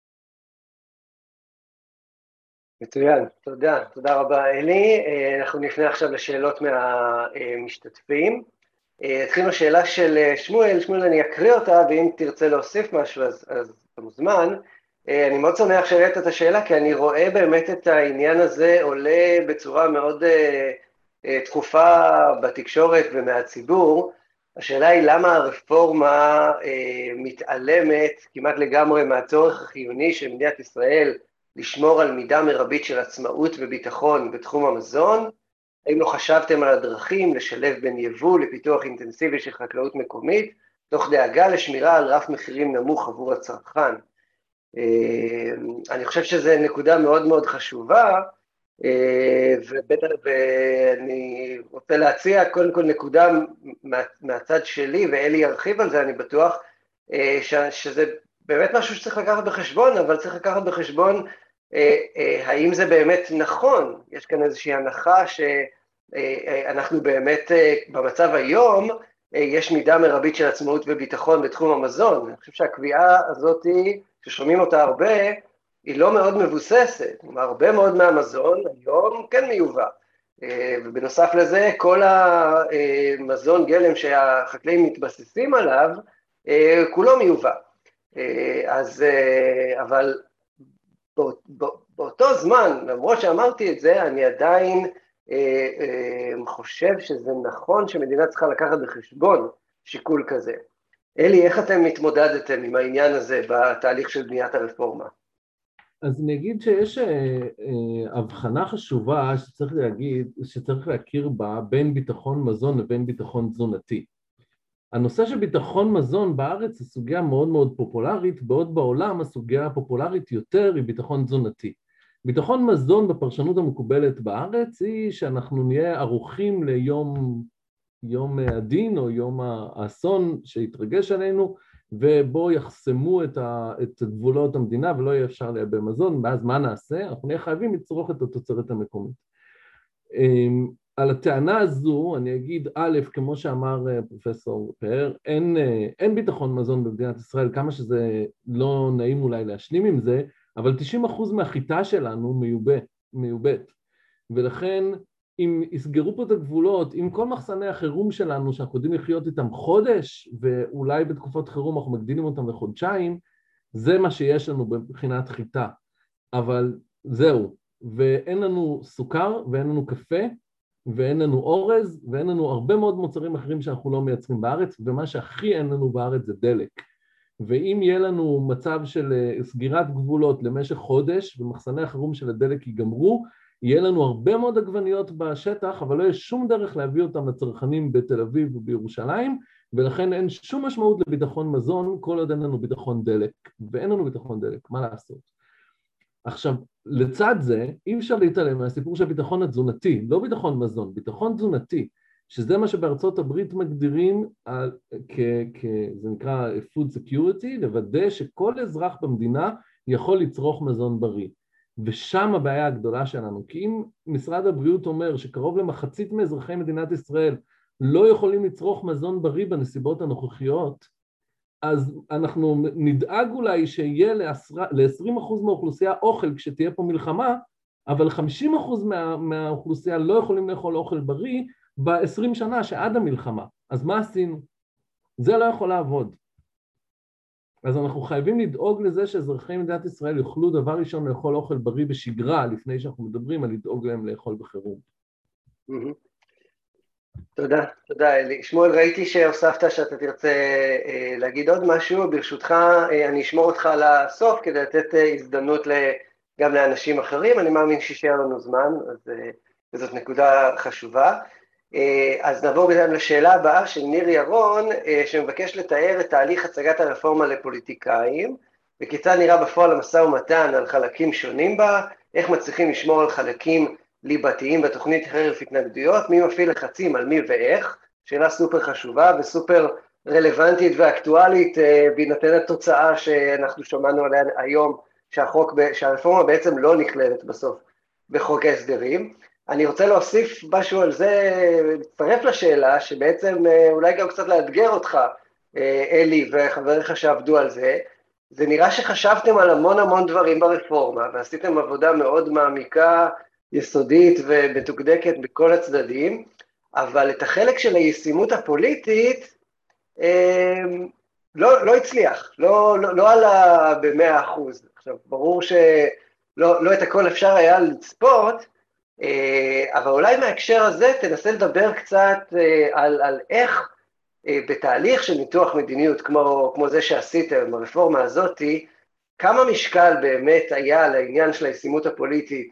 [SPEAKER 2] מצוין, תודה רבה אלי. אנחנו נפנה עכשיו לשאלות מהמשתתפים. התחילנו שאלה של שמואל, אני אקריא אותה, ואם תרצה להוסיף משהו אז אתה מוזמן. אני מאוד שמח שהעלית את השאלה, כי אני רואה באמת את העניין הזה עולה בצורה מאוד תקופה בתקשורת ומהציבור. השאלה היא למה הרפורמה מתעלמת כמעט לגמרי מהצורך החיוני של מדינת ישראל לשמור על מידה מרבית של עצמאות וביטחון בתחום המזון. האם לא חשבתם על הדרכים לשלב בין יבוא לפיתוח אינטנסיבי של חקלאות מקומית, תוך דאגה לשמירה על רף מחירים נמוך עבור הצרכן? אני חושב שזו נקודה מאוד מאוד חשובה, ואני רוצה להציע קודם כל נקודה מהצד שלי, ואלי ירחיב על זה, אני בטוח שזה באמת משהו שצריך לקחת בחשבון, אבל צריך לקחת בחשבון האם זה באמת נכון. יש כאן איזושהי הנחה אנחנו באמת במצב היום, יש מידה מרבית של עצמאות וביטחון בתחום המזון. אני חושב שהקביעה הזאת, ששומעים אותה הרבה, היא לא מאוד מבוססת. הרבה מאוד מהמזון היום כן מיובא. ובנוסף לזה, כל המזון גלם שהחקלאים מתבססים עליו, כולו מיובא. אבל באותו זמן, למרות שאמרתי את זה, אני עדיין חושב שזה נכון שמדינה צריכה לקחת בחשבון שיקול כזה. אלי, איך אתם מתמודדתם עם העניין הזה בתהליך של בניית הרפורמה?
[SPEAKER 3] אז אני אגיד שיש הבחנה חשובה שצריך להכיר בה בין ביטחון מזון לבין ביטחון תזונתי. הנושא של ביטחון מזון בארץ היא סוגיה מאוד מאוד פופולרית, בעוד בעולם הסוגיה הפופולרית יותר היא ביטחון תזונתי. ביטחון מזון בפרשנות המקובלת בארץ היא שאנחנו נהיה ערוכים ליום הדין או יום האסון שהתרגש עלינו, ובו יחסמו את גבולות המדינה ולא יהיה אפשר לייבא מזון, ואז מה נעשה? אנחנו נהיה חייבים לצרוך את התוצרת המקומית. על הטענה הזו אני אגיד, א', כמו שאמר פרופסור פאר, אין ביטחון מזון במדינת ישראל, כמה שזה לא נעים אולי להשלים עם זה, אבל 90% מהחיטה שלנו מיובאת, ולכן אם יסגרו פה את הגבולות, אם כל מחסני החירום שלנו שאנחנו יודעים לחיות איתם חודש, ואולי בתקופות חירום אנחנו מגדילים אותם לחודשיים, זה מה שיש לנו מבחינת חיטה, אבל זהו, ואין לנו סוכר ואין לנו קפה, ואין לנו אורז, ואין לנו הרבה מאוד מוצרים אחרים שאנחנו לא מייצרים בארץ, ומה שהכי אין לנו בארץ זה דלק. ואם יהיה לנו מצב של סגירת גבולות למשך חודש, ומחסני החירום של הדלק ייגמרו, יהיה לנו הרבה מאוד עגבניות בשטח, אבל לא יהיה שום דרך להביא אותם לצרכנים בתל אביב ובירושלים, ולכן אין שום משמעות לביטחון מזון, כל עוד אין לנו ביטחון דלק, ואין לנו ביטחון דלק, מה לעשות? עכשיו, לצד זה, אי אפשר להתעלם מהסיפור של ביטחון התזונתי, לא ביטחון מזון, ביטחון תזונתי, שזה מה שבארצות הברית מגדירים, זה נקרא food security, לוודא שכל אזרח במדינה יכול לצרוך מזון בריא. ושם הבעיה הגדולה שלנו, כי אם משרד הבריאות אומר שקרוב למחצית מאזרחי מדינת ישראל לא יכולים לצרוך מזון בריא בנסיבות הנוכחיות, אז אנחנו נדאג אולי שיהיה ל-20% מהאוכלוסייה אוכל כשתהיה פה מלחמה, אבל 50% מהאוכלוסייה לא יכולים לאכול אוכל בריא ב-20 שנה שעד המלחמה. אז מה עשינו? זה לא יכול לעבוד. אז אנחנו חייבים לדאוג לזה שאזרחי מדינת ישראל יוכלו דבר ראשון לאכול אוכל בריא בשגרה, לפני שאנחנו מדברים על לדאוג להם לאכול בחירום.
[SPEAKER 2] תודה, תודה אלי. שמואל, ראיתי שהוספת שאתה תרצה להגיד עוד משהו, ברשותך אני אשמור אותך לסוף כדי לתת הזדמנות גם לאנשים אחרים, אני מאמין שישאר לנו זמן, אז זאת נקודה חשובה. אז נעבור גם לשאלה הבאה של ניר ירון, שמבקש לתאר את תהליך הצגת הרפורמה לפוליטיקאים, וכיצד נראה בפועל המשא ומתן על חלקים שונים בה, איך מצליחים לשמור על חלקים ליבתיים בתוכנית חרף התנגדויות, מי מפעיל לחצים על מי ואיך, שאלה סופר חשובה וסופר רלוונטית ואקטואלית, בהינתן התוצאה שאנחנו שמענו עליה היום, שהרפורמה בעצם לא נכללת בסוף בחוק ההסדרים. אני רוצה להוסיף משהו על זה, להצטרף לשאלה, שבעצם אולי גם קצת לאתגר אותך, אלי וחבריך שעבדו על זה. זה נראה שחשבתם על המון דברים ברפורמה, ועשיתם עבודה מאוד מעמיקה, יסודית ומתוקדקת בכל הצדדים, אבל את החלק של הישימות הפוליטית לא הצליח, לא עלה ב100%. עכשיו, ברור שלא את הכל אפשר היה לצפות, אבל אולי מההקשר הזה תנסה לדבר קצת על איך בתהליך של ניתוח מדיניות, כמו זה שעשיתם ברפורמה הזאת, כמה משקל באמת היה לעניין של הישימות הפוליטית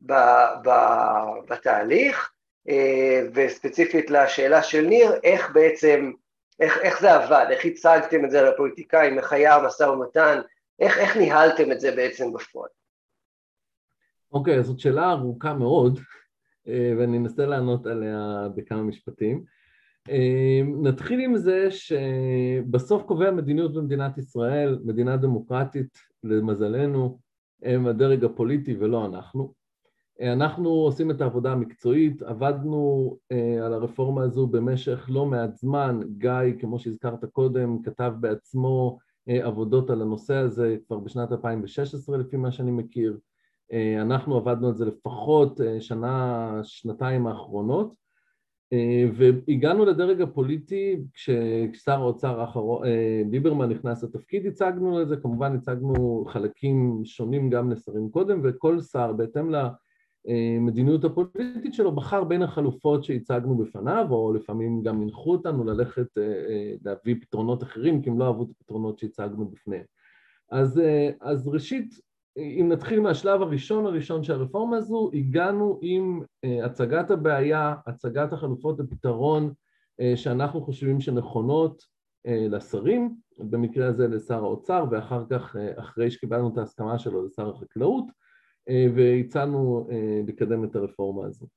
[SPEAKER 2] בתהליך, וספציפית לשאלה של ניר, איך בעצם, איך זה עבד, איך הצגתם את זה לפוליטיקאים, איך היה המשא ומתן, איך ניהלתם את זה בעצם בפועל?
[SPEAKER 3] אוקיי, אז זאת שאלה ארוכה מאוד, ואני אנסה לענות עליה בכמה משפטים. נתחיל עם זה שבסוף קובע מדיניות במדינת ישראל, מדינה דמוקרטית למזלנו, הם הדרג הפוליטי ולא אנחנו. אנחנו עושים את העבודה המקצועית, עבדנו על הרפורמה הזו במשך לא מעט זמן, גיא, כמו שהזכרת קודם, כתב בעצמו עבודות על הנושא הזה כבר בשנת 2016 לפי מה שאני מכיר, אנחנו עבדנו על זה לפחות שנתיים האחרונות, והגענו לדרג הפוליטי כששר האוצר ליברמן נכנס לתפקיד, הצגנו לזה, כמובן הצגנו חלקים שונים גם לשרים קודם, וכל שר בהתאם למדיניות הפוליטית שלו בחר בין החלופות שהצגנו בפניו, או לפעמים גם הנחו אותנו ללכת להביא פתרונות אחרים, כי הם לא אהבו את הפתרונות שהצגנו בפניהם. אז ראשית, אם נתחיל מהשלב הראשון של הרפורמה הזו, הגענו עם הצגת הבעיה, הצגת החלופות לפתרון שאנחנו חושבים שנכונות לשרים, במקרה הזה לשר האוצר, ואחר כך, אחרי שקיבלנו את ההסכמה שלו לשר החקלאות, והצענו לקדם את הרפורמה הזו.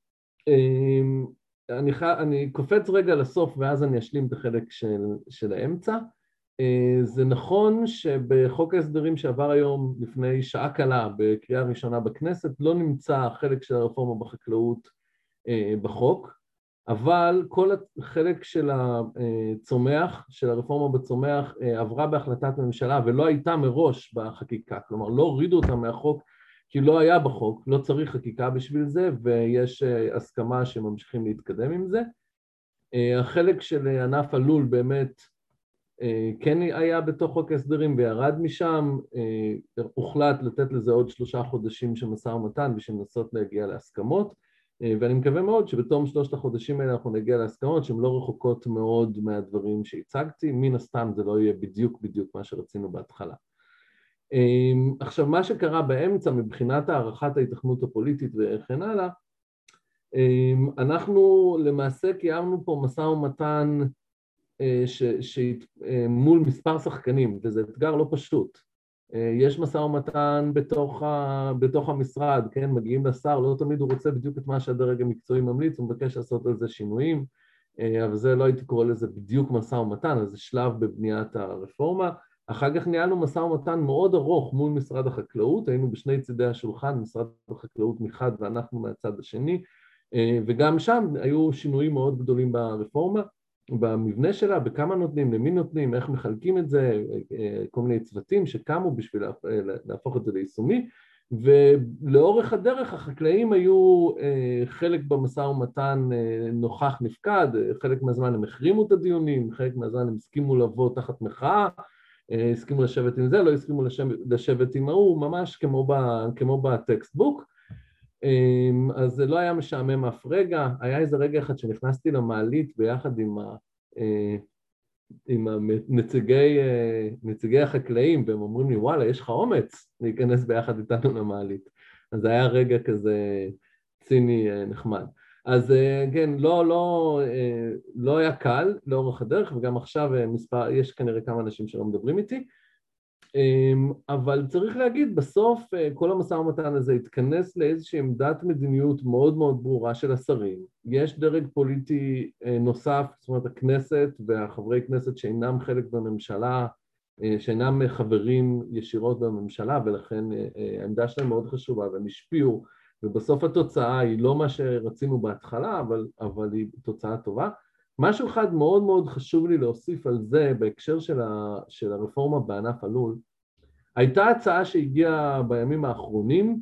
[SPEAKER 3] אני קופץ רגע לסוף ואז אני אשלים את החלק של האמצע. זה נכון שבחוק ההסדרים שעבר היום לפני שעה קלה בקריאה ראשונה בכנסת לא נמצא החלק של הרפורמה בחקלאות בחוק, אבל כל החלק של הצומח, של הרפורמה בצומח עברה בהחלטת ממשלה ולא הייתה מראש בחקיקה, כלומר לא הורידו אותה מהחוק כי לא היה בחוק, לא צריך חקיקה בשביל זה ויש הסכמה שממשיכים להתקדם עם זה. החלק של ענף הלול באמת כן היה בתוך חוק ההסדרים וירד משם, הוחלט לתת לזה עוד 3 חודשים של משא ומתן בשביל לנסות להגיע להסכמות, ואני מקווה מאוד שבתום 3 החודשים האלה אנחנו נגיע להסכמות שהן לא רחוקות מאוד מהדברים שהצגתי, מן הסתם זה לא יהיה בדיוק מה שרצינו בהתחלה. עכשיו מה שקרה באמצע מבחינת הערכת ההיתכנות הפוליטית וכן הלאה, אנחנו למעשה קיימנו פה משא ומתן מול מספר שחקנים, וזה אתגר לא פשוט. יש משא ומתן בתוך המשרד, כן? מגיעים לשר, לא תמיד הוא רוצה בדיוק את מה שהדרג המקצועי ממליץ, הוא מבקש לעשות על זה שינויים, אבל זה לא הייתי קורא לזה בדיוק משא ומתן, אז זה שלב בבניית הרפורמה. אחר כך ניהלנו משא ומתן מאוד ארוך מול משרד החקלאות, היינו בשני צידי השולחן, משרד החקלאות מחד ואנחנו מהצד השני, וגם שם היו שינויים מאוד גדולים ברפורמה, במבנה שלה, בכמה נותנים, למי נותנים, איך מחלקים את זה, כל מיני צוותים שקמו בשביל להפוך את זה ליישומי, ולאורך הדרך החקלאים היו חלק במשא ומתן נוכח נפקד, חלק מהזמן הם החרימו את הדיונים, חלק מהזמן הם הסכימו לבוא תחת מחאה, הסכימו לשבת עם זה, לא הסכימו לשבת עם ההוא, ממש כמו בטקסטבוק, אז זה לא היה משעמם אף רגע, היה איזה רגע אחד שנכנסתי למעלית ביחד עם נציגי החקלאים, והם אומרים לי, וואלה, יש לך אומץ להיכנס ביחד איתנו למעלית. אז זה היה רגע כזה ציני נחמד. אז כן, לא היה קל לאורך הדרך, וגם עכשיו יש כנראה כמה אנשים שלא מדברים איתי, אבל צריך להגיד, בסוף כל המשא ומתן הזה התכנס לאיזושהי עמדת מדיניות מאוד מאוד ברורה של השרים. יש דרג פוליטי נוסף, זאת אומרת הכנסת והחברי כנסת שאינם חלק בממשלה, שאינם חברים ישירות בממשלה, ולכן העמדה שלהם מאוד חשובה והם השפיעו, ובסוף התוצאה היא לא מה שרצינו בהתחלה, אבל היא תוצאה טובה. משהו אחד מאוד מאוד חשוב לי להוסיף על זה בהקשר של הרפורמה בענף הלול, הייתה הצעה שהגיעה בימים האחרונים,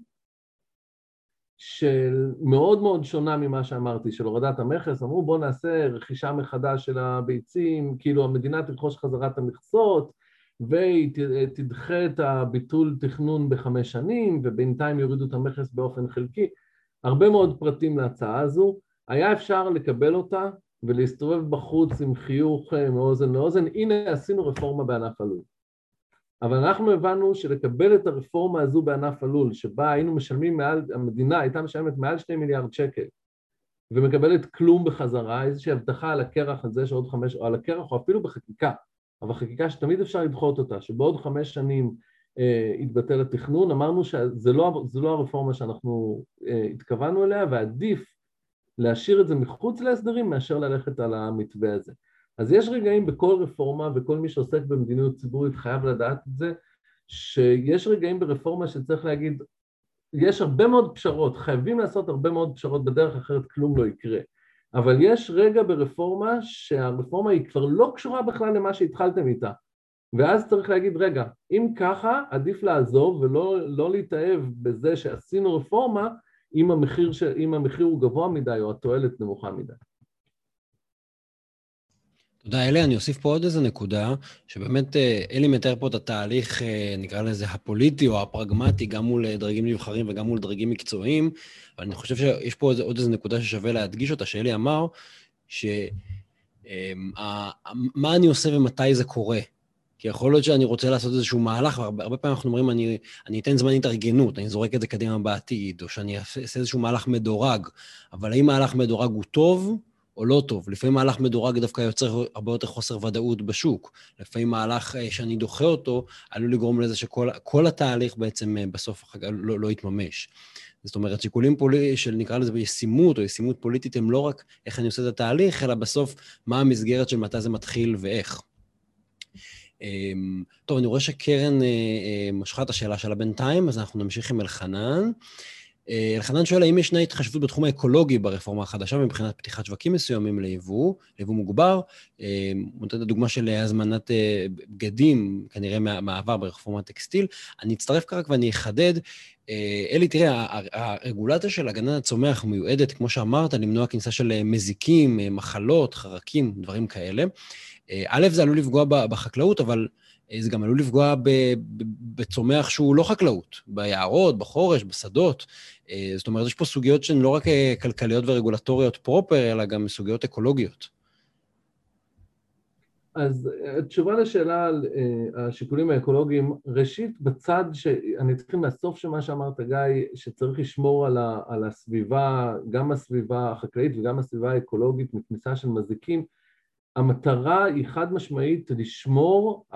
[SPEAKER 3] של מאוד מאוד שונה ממה שאמרתי, של הורדת המכס, אמרו בוא נעשה רכישה מחדש של הביצים, כאילו המדינה תרכוש חזרת המכסות, ותדחה את הביטול תכנון ב5 שנים, ובינתיים יורידו את המכס באופן חלקי, הרבה מאוד פרטים להצעה הזו, היה אפשר לקבל אותה, ולהסתובב בחוץ עם חיוך מאוזן לאוזן, הנה עשינו רפורמה בענף הלול. אבל אנחנו הבנו שלקבל את הרפורמה הזו בענף הלול, שבה היינו משלמים המדינה הייתה משלמת מעל 2 מיליארד שקל, ומקבלת כלום בחזרה, איזושהי הבטחה על הקרח הזה שעוד 5, או על הקרח או אפילו בחקיקה, אבל חקיקה שתמיד אפשר לדחות אותה, שבעוד 5 שנים יתבטל התכנון, אמרנו שזה לא הרפורמה שאנחנו התכוונו אליה, ועדיף להשאיר את זה מחוץ להסדרים מאשר ללכת על המתווה הזה. אז יש רגעים בכל רפורמה, וכל מי שעוסק במדיניות ציבורית חייב לדעת את זה, שיש רגעים ברפורמה שצריך להגיד, יש הרבה מאוד פשרות, חייבים לעשות הרבה מאוד פשרות בדרך, אחרת כלום לא יקרה. אבל יש רגע ברפורמה שהרפורמה היא כבר לא קשורה בכלל למה שהתחלתם איתה. ואז צריך להגיד, רגע, אם ככה, עדיף לעזוב ולא להתאהב בזה שעשינו רפורמה, אם המחיר הוא גבוה מדי או התועלת נמוכה מדי.
[SPEAKER 1] תודה, אלי. אני אוסיף פה עוד איזה נקודה, שבאמת אלי מתאר פה את התהליך, נקרא לזה הפוליטי או הפרגמטי, גם מול דרגים נבחרים וגם מול דרגים מקצועיים, אבל אני חושב שיש פה עוד איזה נקודה ששווה להדגיש אותה, שאלי אמר, מה אני עושה ומתי זה קורה. כי יכול להיות שאני רוצה לעשות איזשהו מהלך, והרבה פעמים אנחנו אומרים, אני אתן זמן התארגנות, אני זורק את זה קדימה בעתיד, או שאני אעשה איזשהו מהלך מדורג, אבל האם מהלך מדורג הוא טוב או לא טוב? לפעמים מהלך מדורג דווקא יוצר הרבה יותר חוסר ודאות בשוק. לפעמים מהלך שאני דוחה אותו, עלול לגרום לזה שכל התהליך בעצם בסוף לא יתממש. זאת אומרת, שיקולים של נקרא לזה ישימות או ישימות פוליטית, הם לא רק איך אני עושה את התהליך, אלא בסוף מה המסגרת של מתי זה מתחיל ואיך. טוב, אני רואה שקרן משכה את השאלה שלה בינתיים, אז אנחנו נמשיך עם אלחנן. אלחנן שואל, האם ישנה התחשבות בתחום האקולוגי ברפורמה החדשה, מבחינת פתיחת שווקים מסוימים ליבוא מוגבר? הוא נותן את הדוגמה של הזמנת בגדים, כנראה מהעבר ברפורמת טקסטיל. אני אצטרף כרגע ואני אחדד. אלי, תראה, הרגולציה של הגנת הצומח מיועדת, כמו שאמרת, למנוע כניסה של מזיקים, מחלות, חרקים, דברים כאלה. א', זה עלול לפגוע בחקלאות, אבל זה גם עלול לפגוע בצומח שהוא לא חקלאות, ביערות, בחורש, בשדות. זאת אומרת, יש פה סוגיות שהן לא רק כלכליות ורגולטוריות פרופר, אלא גם סוגיות אקולוגיות.
[SPEAKER 3] אז תשובה לשאלה על השיקולים האקולוגיים, ראשית בצד שאני צריכים מהסוף של מה שאמרת גיא, שצריך לשמור על הסביבה, גם הסביבה החקלאית וגם הסביבה האקולוגית מכניסה של מזיקים, המטרה היא חד משמעית לשמור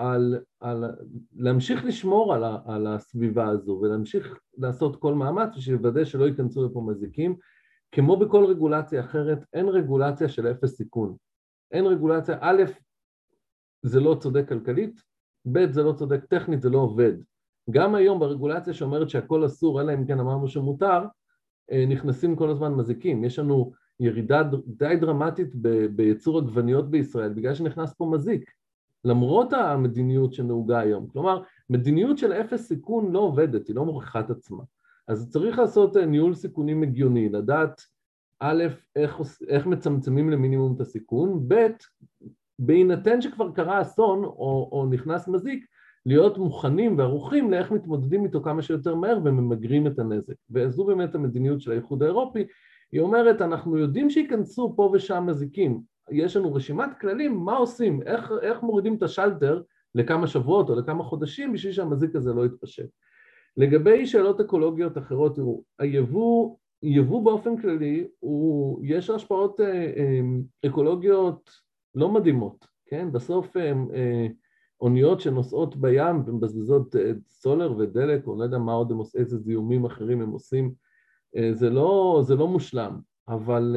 [SPEAKER 3] להמשיך לשמור על הסביבה הזו ולהמשיך לעשות כל מאמץ בשביל לוודא שלא ייכנסו לפה מזיקים. כמו בכל רגולציה אחרת, אין רגולציה של אפס סיכון. אין רגולציה, א', זה לא צודק כלכלית, ב', זה לא צודק טכנית, זה לא עובד. גם היום ברגולציה שאומרת שהכל אסור, אלא אם כן אמרנו שמותר, נכנסים כל הזמן מזיקים. יש לנו ירידה די דרמטית בייצור עגבניות בישראל, בגלל שנכנס פה מזיק, למרות המדיניות שנהוגה היום. כלומר, מדיניות של אפס סיכון לא עובדת, היא לא מוכיחה את עצמה. אז צריך לעשות ניהול סיכונים הגיוני, לדעת א', איך מצמצמים למינימום את הסיכון, ב', בהינתן שכבר קרה אסון או נכנס מזיק, להיות מוכנים וערוכים לאיך מתמודדים איתו כמה שיותר מהר וממגרים את הנזק. וזו באמת המדיניות של האיחוד האירופי, היא אומרת, אנחנו יודעים שיכנסו פה ושם מזיקים, יש לנו רשימת כללים, מה עושים, איך מורידים את השלטר לכמה שבועות או לכמה חודשים בשביל שהמזיק הזה לא יתפשט. לגבי שאלות אקולוגיות אחרות, תראו, היבוא באופן כללי, יש השפעות אקולוגיות לא מדהימות, כן? בסוף אוניות שנוסעות בים ומבזבזות סולר ודלק, או לא יודע מה עוד הם עושים, איזה זיהומים אחרים הם עושים, זה לא מושלם, אבל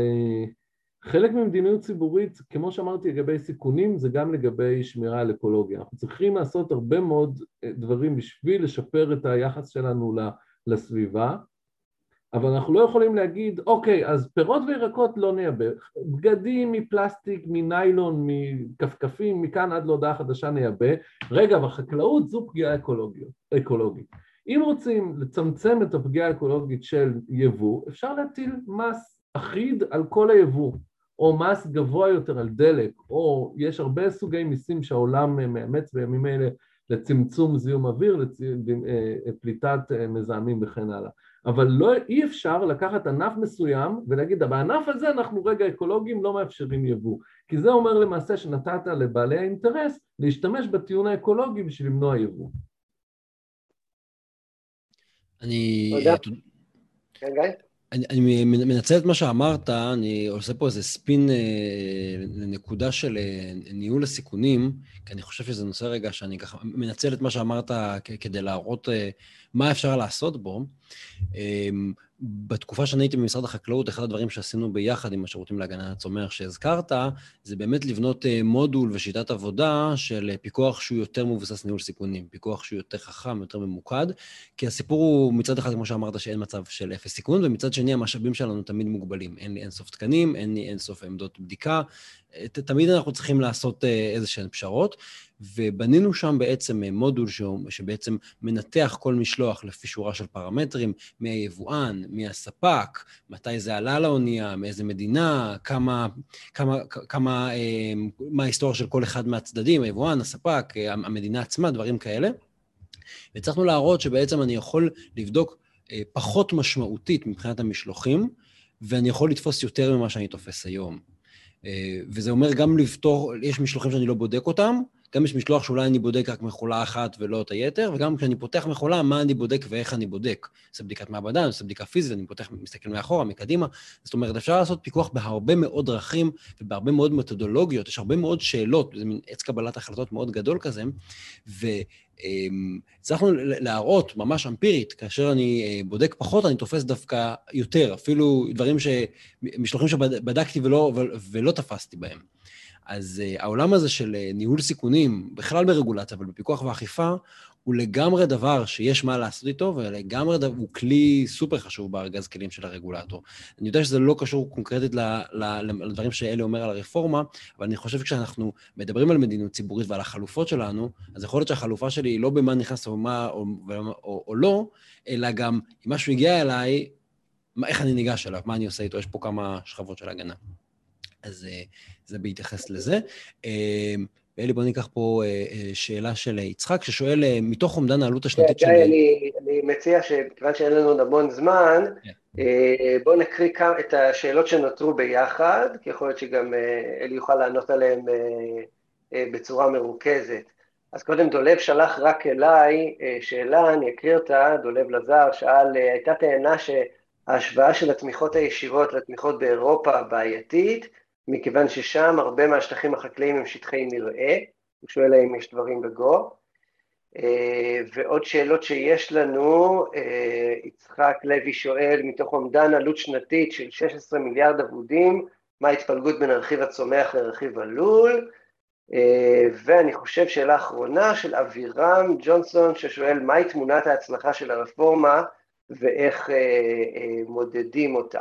[SPEAKER 3] חלק ממדיניות ציבורית, כמו שאמרתי לגבי סיכונים, זה גם לגבי שמירה על אקולוגיה. אנחנו צריכים לעשות הרבה מאוד דברים בשביל לשפר את היחס שלנו לסביבה, אבל אנחנו לא יכולים להגיד, אוקיי, אז פירות וירקות לא נייבא, בגדים מפלסטיק, מניילון, מכפכפים, מכאן עד להודעה חדשה נייבא, רגע, והחקלאות זו פגיעה אקולוגית. אם רוצים לצמצם את הפגיעה האקולוגית של יבוא, אפשר להטיל מס אחיד על כל היבוא, או מס גבוה יותר על דלק, או יש הרבה סוגי מיסים שהעולם מאמץ בימים אלה לצמצום זיהום אוויר, לפליטת מזהמים וכן הלאה. אבל אי אפשר לקחת ענף מסוים ולהגיד, בענף הזה אנחנו רגע אקולוגיים לא מאפשרים יבוא, כי זה אומר למעשה שנתת לבעלי האינטרס להשתמש בטיעון האקולוגי בשביל למנוע יבוא.
[SPEAKER 1] אני מנצל את מה שאמרת, אני עושה פה איזה ספין לנקודה של ניהול הסיכונים, כי אני חושב שזה נושא רגע שאני ככה מנצל את מה שאמרת כדי להראות מה אפשר לעשות בו. בתקופה שאני הייתי במשרד החקלאות, אחד הדברים שעשינו ביחד עם השירותים להגנת הצומח שהזכרת, זה באמת לבנות מודול ושיטת עבודה של פיקוח שהוא יותר מבוסס ניהול סיכונים, פיקוח שהוא יותר חכם, יותר ממוקד, כי הסיפור הוא מצד אחד, כמו שאמרת, שאין מצב של אפס סיכון, ומצד שני המשאבים שלנו תמיד מוגבלים. אין לי אינסוף תקנים, אין לי אינסוף עמדות בדיקה, תמיד אנחנו צריכים לעשות איזשהן פשרות, ובנינו שם בעצם מודול שבעצם מנתח כל משלוח לפי שורה של פרמטרים, מהיבואן, מהספק, מתי זה עלה לאונייה, מאיזה מדינה, מה ההיסטוריה של כל אחד מהצדדים, היבואן, הספק, המדינה עצמה, דברים כאלה. והצלחנו להראות שבעצם אני יכול לבדוק פחות משמעותית מבחינת המשלוחים, ואני יכול לתפוס יותר ממה שאני תופס היום. וזה אומר גם לפתור, יש משלוחים שאני לא בודק אותם, גם יש משלוח שאולי אני בודק רק מכולה אחת ולא את היתר, וגם כשאני פותח מכולה, מה אני בודק ואיך אני בודק. זה בדיקת מעבדה, זה בדיקה פיזית, אני פותח, מסתכל מאחורה, מקדימה. זאת אומרת, אפשר לעשות פיקוח בהרבה מאוד דרכים ובהרבה מאוד מתודולוגיות, יש הרבה מאוד שאלות, זה מין עץ קבלת החלטות מאוד גדול כזה, הצלחנו להראות ממש אמפירית, כאשר אני בודק פחות, אני תופס דווקא יותר, אפילו דברים משלוחים שבדקתי ולא תפסתי בהם. אז העולם הזה של ניהול סיכונים, בכלל ברגולציה, אבל בפיקוח ואכיפה, הוא לגמרי דבר שיש מה לעשות איתו, ולגמרי הוא כלי סופר חשוב בארגז כלים של הרגולטור. אני יודע שזה לא קשור קונקרטית לדברים שאלי אומר על הרפורמה, אבל אני חושב שכשאנחנו מדברים על מדיניות ציבורית ועל החלופות שלנו, אז יכול להיות שהחלופה שלי היא לא במה נכנס או לא, אלא גם אם משהו הגיע אליי, איך אני ניגש אליו, מה אני עושה איתו, יש פה כמה שכבות של הגנה. אז זה בהתייחס לזה. ואלי, בוא ניקח פה שאלה של יצחק, ששואל, מתוך אומדן העלות השנתית של...
[SPEAKER 2] אני מציע שכיוון שאין לנו המון זמן, בואו נקריא את השאלות שנותרו ביחד, כי יכול להיות שגם אלי יוכל לענות עליהן בצורה מרוכזת. אז קודם דולב שלח רק אליי שאלה, אני אקריא אותה, דולב לזר שאל, הייתה טענה שההשוואה של התמיכות הישירות לתמיכות באירופה בעייתית, מכיוון ששם הרבה מהשטחים החקלאיים הם שטחי מרעה, הוא שואל האם יש דברים בגו, ועוד שאלות שיש לנו, יצחק לוי שואל, מתוך אומדן עלות שנתית של 16 מיליארד עבודים, מה ההתפלגות בין רכיב הצומח לרכיב הלול, ואני חושב שאלה אחרונה של אבירם ג'ונסון, ששואל מהי תמונת ההצלחה של הרפורמה, ואיך מודדים אותה.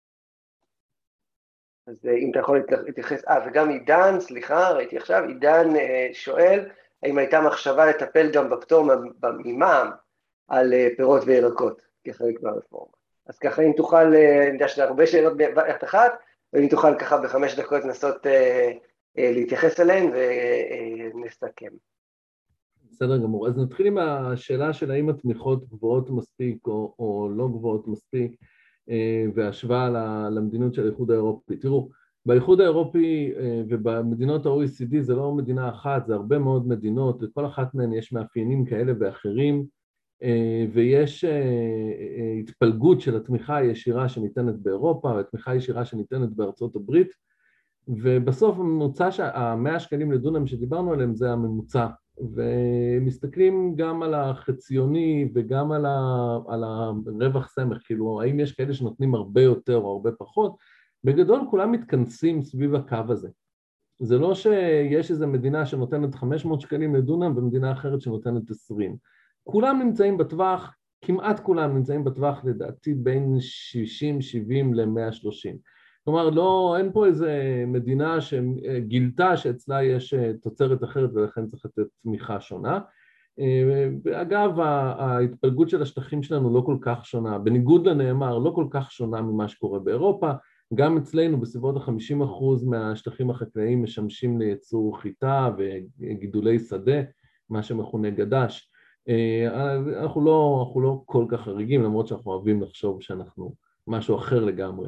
[SPEAKER 2] אז אם אתה יכול להתייחס, וגם עידן, סליחה, ראיתי עכשיו, עידן שואל, האם הייתה מחשבה לטפל גם בפטור ממע"מ על פירות וירקות, כחלק מהרפורמה. אז ככה אם תוכל, אני יודע שזה הרבה שאלות בעת אחת, ואם תוכל ככה ב5 דקות לנסות להתייחס אליהן ונסכם.
[SPEAKER 3] בסדר גמור, אז נתחיל עם השאלה של האם התמיכות גבוהות מספיק או לא גבוהות מספיק, והשוואה למדינות של האיחוד האירופי. תראו, באיחוד האירופי ובמדינות ה-OECD זה לא מדינה אחת, זה הרבה מאוד מדינות, לכל אחת מהן יש מאפיינים כאלה ואחרים, ויש התפלגות של התמיכה הישירה שניתנת באירופה, והתמיכה הישירה שניתנת בארצות הברית, ובסוף הממוצע, ה100 שקלים לדונם שדיברנו עליהם זה הממוצע, ומסתכלים גם על החציוני וגם על הרווח סמך, כאילו האם יש כאלה שנותנים הרבה יותר או הרבה פחות, בגדול כולם מתכנסים סביב הקו הזה. זה לא שיש איזו מדינה שנותנת 500 שקלים לדונם ומדינה אחרת שנותנת 20. כולם נמצאים בטווח, כמעט כולם נמצאים בטווח לדעתי בין 60, 70 ל-130. כלומר, לא, אין פה איזה מדינה שגילתה שאצלה יש תוצרת אחרת ולכן צריך לתת תמיכה שונה. ואגב, ההתפלגות של השטחים שלנו לא כל כך שונה, בניגוד לנאמר, לא כל כך שונה ממה שקורה באירופה, גם אצלנו בסביבות ה-50% מהשטחים החקלאיים משמשים לייצור חיטה וגידולי שדה, מה שמכונה גדש. אנחנו לא כל כך חריגים, למרות שאנחנו אוהבים לחשוב שאנחנו משהו אחר לגמרי.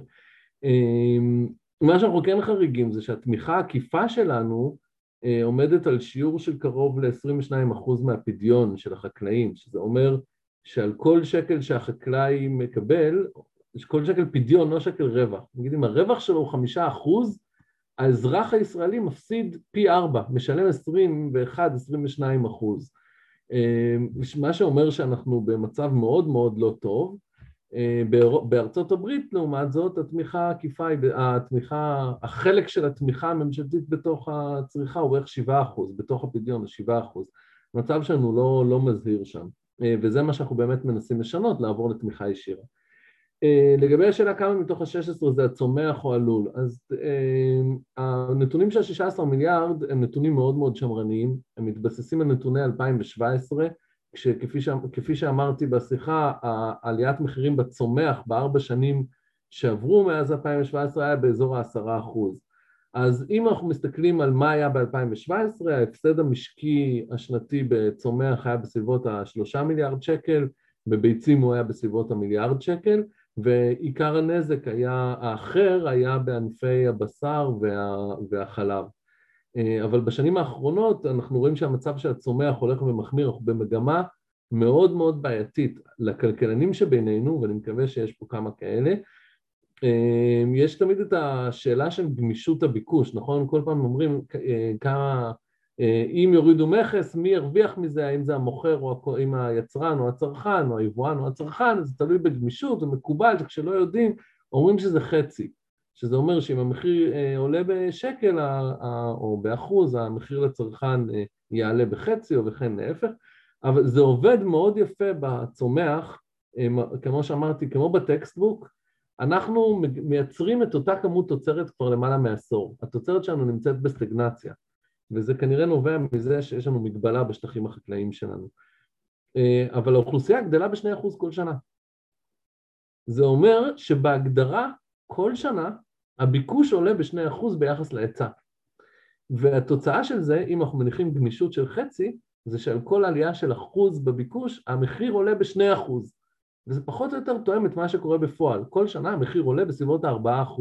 [SPEAKER 3] מה שאנחנו כן חריגים זה שהתמיכה העקיפה שלנו עומדת על שיעור של קרוב ל-22% מהפדיון של החקלאים, שזה אומר שעל כל שקל שהחקלאי מקבל, כל שקל פדיון, לא שקל רווח. נגיד אם הרווח שלו הוא 5%, האזרח הישראלי מפסיד פי 4, משלם 21-22%. מה שאומר שאנחנו במצב מאוד מאוד לא טוב. בארצות הברית, לעומת זאת, התמיכה העקיפה, החלק של התמיכה הממשלתית בתוך הצריכה הוא בערך 7%, בתוך הפדיון זה 7%. המצב שלנו לא מזהיר שם, וזה מה שאנחנו באמת מנסים לשנות, לעבור לתמיכה ישירה. לגבי השאלה כמה מתוך ה-16 זה הצומח או הלול, אז הנתונים של ה-16 מיליארד הם נתונים מאוד מאוד שמרניים, הם מתבססים על נתוני 2017, כפי שאמרתי בשיחה, עליית מחירים בצומח ב4 שנים שעברו מאז 2017 היה באזור ה10%. אז אם אנחנו מסתכלים על מה היה ב-2017, ההפסד המשקי השנתי בצומח היה בסביבות ה3 מיליארד שקל, בביצים הוא היה בסביבות המיליארד שקל, ועיקר הנזק האחר היה בענפי הבשר והחלב. אבל בשנים האחרונות אנחנו רואים שהמצב של הצומח הולך ומחמיר, אנחנו במגמה מאוד מאוד בעייתית לכלכלנים שבינינו, ואני מקווה שיש פה כמה כאלה. יש תמיד את השאלה של גמישות הביקוש, נכון? כל פעם אומרים כמה, אם יורידו מכס, מי ירוויח מזה, האם זה המוכר או אם היצרן או הצרכן או היבואן או הצרכן, זה תלוי בגמישות, זה מקובל, כשלא יודעים, אומרים שזה חצי. שזה אומר שאם המחיר עולה בשקל או באחוז, המחיר לצרכן יעלה בחצי או וכן להפך, אבל זה עובד מאוד יפה בצומח, כמו שאמרתי, כמו בטקסטבוק, אנחנו מייצרים את אותה כמות תוצרת כבר למעלה מעשור, התוצרת שלנו נמצאת בסטגנציה, וזה כנראה נובע מזה שיש לנו מגבלה בשטחים החקלאיים שלנו, אבל האוכלוסייה גדלה ב2% כל שנה. זה אומר שבהגדרה כל שנה הביקוש עולה ב2% ביחס להיצע. והתוצאה של זה, אם אנחנו מניחים גמישות של חצי, זה שעל כל עלייה של 1% בביקוש, המחיר עולה ב2%. וזה פחות או יותר תואם את מה שקורה בפועל. כל שנה המחיר עולה בסביבות 4%.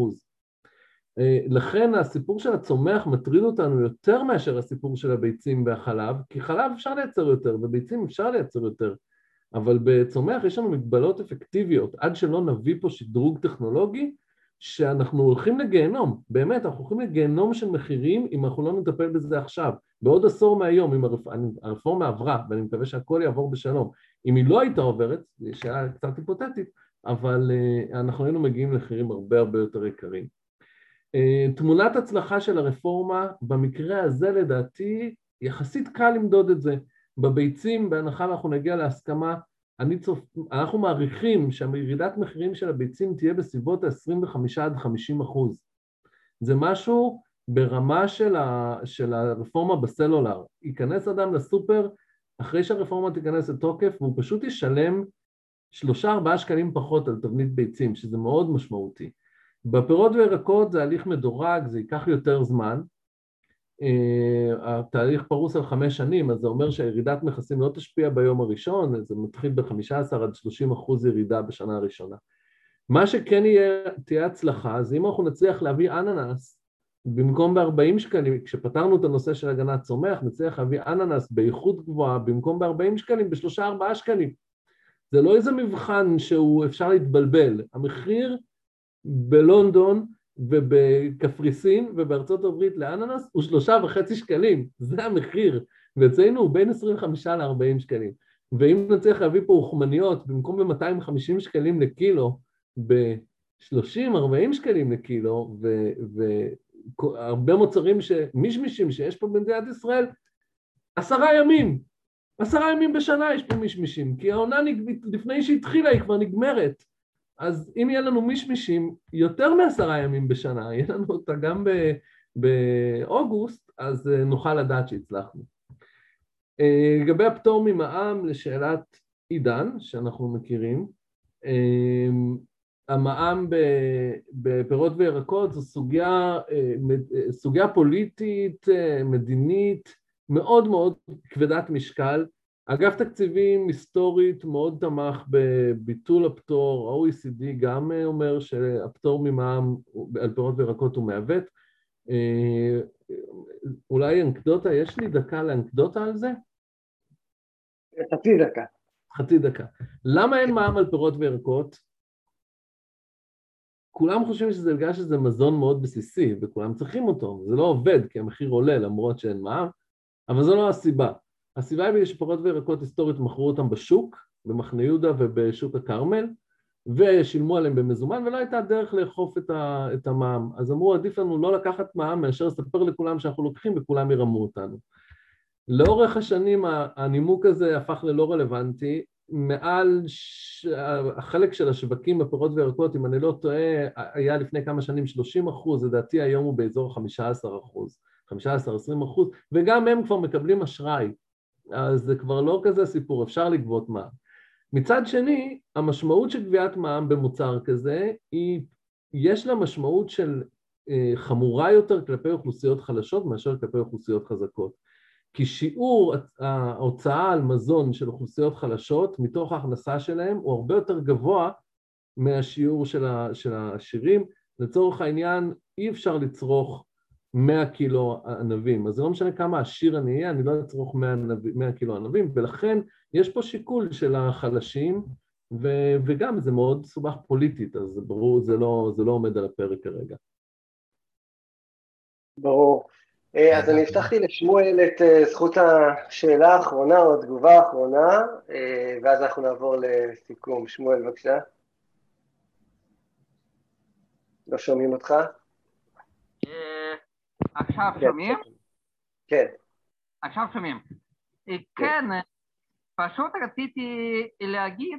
[SPEAKER 3] לכן הסיפור של הצומח מטריד אותנו יותר מאשר הסיפור של הביצים והחלב, כי חלב אפשר לייצר יותר וביצים אפשר לייצר יותר. אבל בצומח יש לנו מגבלות אפקטיביות, עד שלא נביא פה שדרוג טכנולוגי, שאנחנו הולכים לגיהנום, באמת, אנחנו הולכים לגיהנום של מחירים אם אנחנו לא נטפל בזה עכשיו. בעוד עשור מהיום, אם הרפורמה עברה, ואני מקווה שהכל יעבור בשלום, אם היא לא הייתה עוברת, זו שאלה קצת היפותטית, אבל אנחנו היינו מגיעים למחירים הרבה הרבה יותר יקרים. תמונת הצלחה של הרפורמה, במקרה הזה לדעתי, יחסית קל למדוד את זה. בביצים, בהנחה אנחנו נגיע להסכמה, אנחנו מעריכים שהירידת מחירים של הביצים תהיה בסביבות ה-25-50%. זה משהו ברמה של הרפורמה בסלולר. ייכנס אדם לסופר, אחרי שהרפורמה תיכנס לתוקף, והוא פשוט ישלם 3-4 שקלים פחות על תבנית ביצים, שזה מאוד משמעותי. בפירות וירקות זה הליך מדורג, זה ייקח יותר זמן, התהליך פרוס על 5 שנים, אז זה אומר שהירידת מכסים לא תשפיע ביום הראשון, זה מתחיל ב15-30% ירידה בשנה הראשונה. מה שכן תהיה הצלחה, זה אם אנחנו נצליח להביא אננס, במקום ב-40 שקלים, כשפתרנו את הנושא של הגנת צומח, נצליח להביא אננס באיכות גבוהה, במקום ב-40 שקלים, ב3-4 שקלים. זה לא איזה מבחן שהוא אפשר להתבלבל, המחיר בלונדון, ובקפריסין ובארצות הברית לאננס הוא 3.5 שקלים, זה המחיר, ואצלנו הוא בין 25-40 שקלים, ואם נצליח להביא פה אוכמניות, במקום ב-250 שקלים לקילו, ב-30-40 שקלים לקילו, והרבה מוצרים מישמישים שיש פה במדינת ישראל, 10 ימים בשנה יש פה מישמישים, כי העונה לפני שהתחילה היא כבר נגמרת, אז אם יהיה לנו מישמישים יותר מ10 ימים בשנה, יהיה לנו אותה גם באוגוסט, אז נוכל לדעת שהצלחנו. לגבי הפטור ממע"מ לשאלת עידן, שאנחנו מכירים, המע"מ בפירות וירקות זו סוגיה פוליטית, מדינית, מאוד מאוד כבדת משקל, אגף תקציבים היסטורית מאוד תמך בביטול הפטור, ה-OECD גם אומר שהפטור ממע"מ על פירות וירקות הוא מעוות. אולי אנקדוטה, יש לי דקה לאנקדוטה על זה? חצי דקה. למה אין מע"מ על פירות וירקות? כולם חושבים שזה בגלל שזה מזון מאוד בסיסי, וכולם צריכים אותו, זה לא עובד כי המחיר עולה למרות שאין מע"מ, אבל זו לא הסיבה. הסיבה היא שפירות וירקות היסטורית מכרו אותם בשוק, במחנה יהודה ובשוק הכרמל, ושילמו עליהם במזומן, ולא הייתה דרך לאכוף את המע"מ. אז אמרו, עדיף לנו לא לקחת מע"מ, מאשר לספר לכולם שאנחנו לוקחים וכולם ירמו אותנו. לאורך השנים הנימוק הזה הפך ללא רלוונטי, החלק של השווקים בפירות וירקות, אם אני לא טועה, היה לפני כמה שנים 30%, לדעתי היום הוא באזור 15%, 15-20%, וגם הם כבר מקבלים אשראי, אז זה כבר לא כזה סיפור, אפשר לגבות מע"מ. מצד שני, המשמעות של גביית מע"מ במוצר כזה, יש לה משמעות של חמורה יותר כלפי אוכלוסיות חלשות מאשר כלפי אוכלוסיות חזקות. כי שיעור ההוצאה על מזון של אוכלוסיות חלשות מתוך ההכנסה שלהם הוא הרבה יותר גבוה מהשיעור של העשירים. לצורך העניין אי אפשר לצרוך 100 קילו ענבים, אז זה לא משנה כמה עשיר אני אהיה, אני לא אצרוך 100 קילו ענבים, ולכן יש פה שיקול של החלשים, וגם זה מאוד סובך פוליטית, אז ברור, זה לא עומד על הפרק כרגע.
[SPEAKER 2] ברור. אז אני הבטחתי לשמואל את זכות השאלה האחרונה או התגובה האחרונה, ואז אנחנו נעבור לסיכום. שמואל, בבקשה. לא שומעים אותך?
[SPEAKER 4] עכשיו שומעים?
[SPEAKER 2] כן.
[SPEAKER 4] עכשיו שומעים. כן, פשוט רציתי להגיד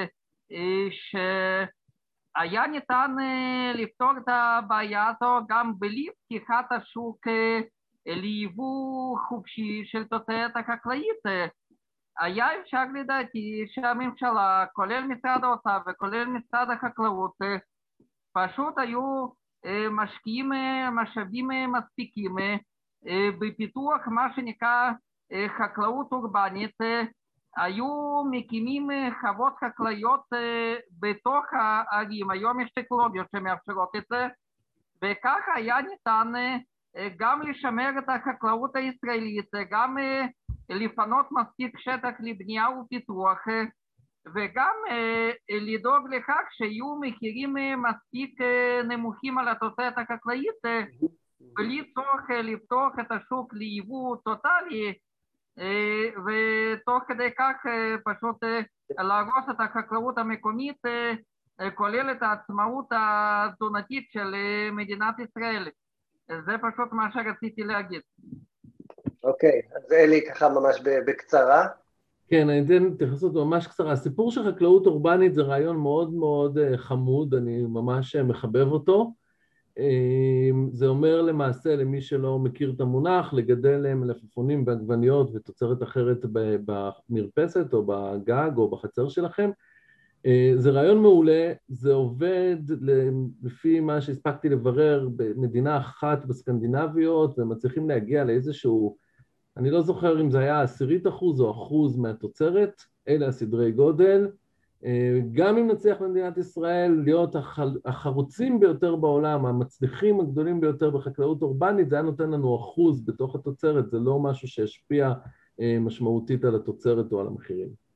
[SPEAKER 4] שהיה ניתן לפתור את הבעיה הזו גם בלי פתיחת השוק ליבוא חופשי של תוצרת החקלאית. היה אפשר לדעתי שהממשלה, כולל משרד האוצר וכולל משרד החקלאות, פשוט היו משקיעים משאבים מספיקים בפיתוח מה שנקרא חקלאות אורבנית, היו מקימים חוות חקלאיות בתוך הערים, היום יש טכנולוגיות שמאפשרות את זה, וככה היה ניתן גם לשמר את החקלאות הישראלית, גם לפנות מספיק שטח לבנייה ופיתוח, וגם לדאוג לכך שיהיו מחירים מספיק נמוכים על התוצרת החקלאית, בלי צורך לפתוח את השוק ליבוא טוטלי, ותוך כדי כך פשוט להרוס את החקלאות המקומית, כולל את העצמאות התזונתית של מדינת ישראל. זה פשוט מה שרציתי להגיד.
[SPEAKER 2] אוקיי, אז אלי ככה ממש בקצרה.
[SPEAKER 3] כן, אני אתן התייחסות ממש קצרה. הסיפור של חקלאות אורבנית זה רעיון מאוד מאוד חמוד, אני ממש מחבב אותו. זה אומר למעשה, למי שלא מכיר את המונח, לגדל מלפפונים ועגבניות ותוצרת אחרת במרפסת או בגג או בחצר שלכם. זה רעיון מעולה, זה עובד לפי מה שהספקתי לברר במדינה אחת בסקנדינביות, ומצליחים להגיע לאיזשהו, אני לא זוכר אם זה היה 10% או 1% מהתוצרת, אלה הסדרי גודל. גם אם נצליח במדינת ישראל להיות החרוצים ביותר בעולם, המצליחים הגדולים ביותר בחקלאות אורבנית, זה היה נותן לנו 1% בתוך התוצרת, זה לא משהו שהשפיע משמעותית על התוצרת או על המחירים.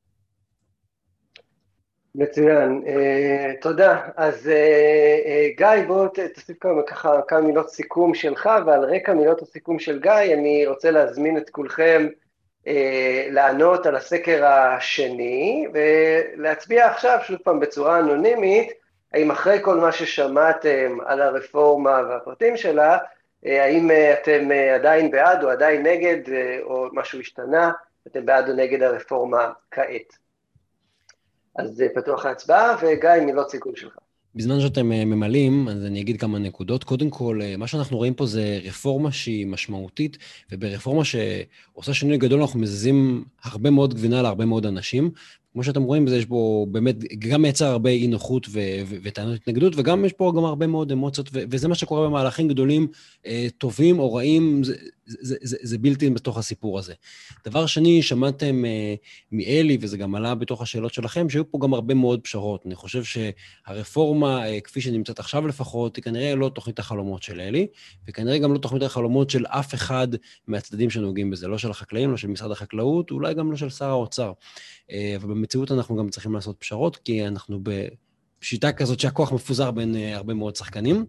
[SPEAKER 2] מצוין, תודה. אז גיא, בוא תוסיף כמה מילות סיכום שלך, ועל רקע מילות הסיכום של גיא, אני רוצה להזמין את כולכם לענות על הסקר השני, ולהצביע עכשיו שוב פעם בצורה אנונימית, האם אחרי כל מה ששמעתם על הרפורמה והפרטים שלה, האם אתם עדיין בעד או עדיין נגד, או משהו השתנה, אתם בעד או נגד הרפורמה כעת. אז פתוח ההצבעה, וגיא, מילות סיכום שלך.
[SPEAKER 1] בזמן שאתם ממלאים, אז אני אגיד כמה נקודות. קודם כל, מה שאנחנו רואים פה זה רפורמה שהיא משמעותית, וברפורמה שעושה שינוי גדול, אנחנו מזיזים הרבה מאוד גבינה להרבה מאוד אנשים. כמו שאתם רואים, יש בו באמת, גם מייצר הרבה אי נוחות וטענות התנגדות, וגם יש פה גם הרבה מאוד אמוציות, וזה מה שקורה במהלכים גדולים, טובים או רעים, זה בלתי בתוך הסיפור הזה. דבר שני, שמעתם מאלי, וזה גם עלה בתוך השאלות שלכם, שהיו פה גם הרבה מאוד פשרות. אני חושב שהרפורמה, כפי שנמצאת עכשיו לפחות, היא כנראה לא תוכנית החלומות של אלי, וכנראה גם לא תוכנית החלומות של אף אחד מהצדדים שנוגעים בזה, לא של החקלאים, לא של משרד החקלאות, אולי גם לא של שר האוצר. ובמציאות אנחנו גם צריכים לעשות פשרות, כי אנחנו בשיטה כזאת שהכוח מפוזר בין הרבה מאוד שחקנים.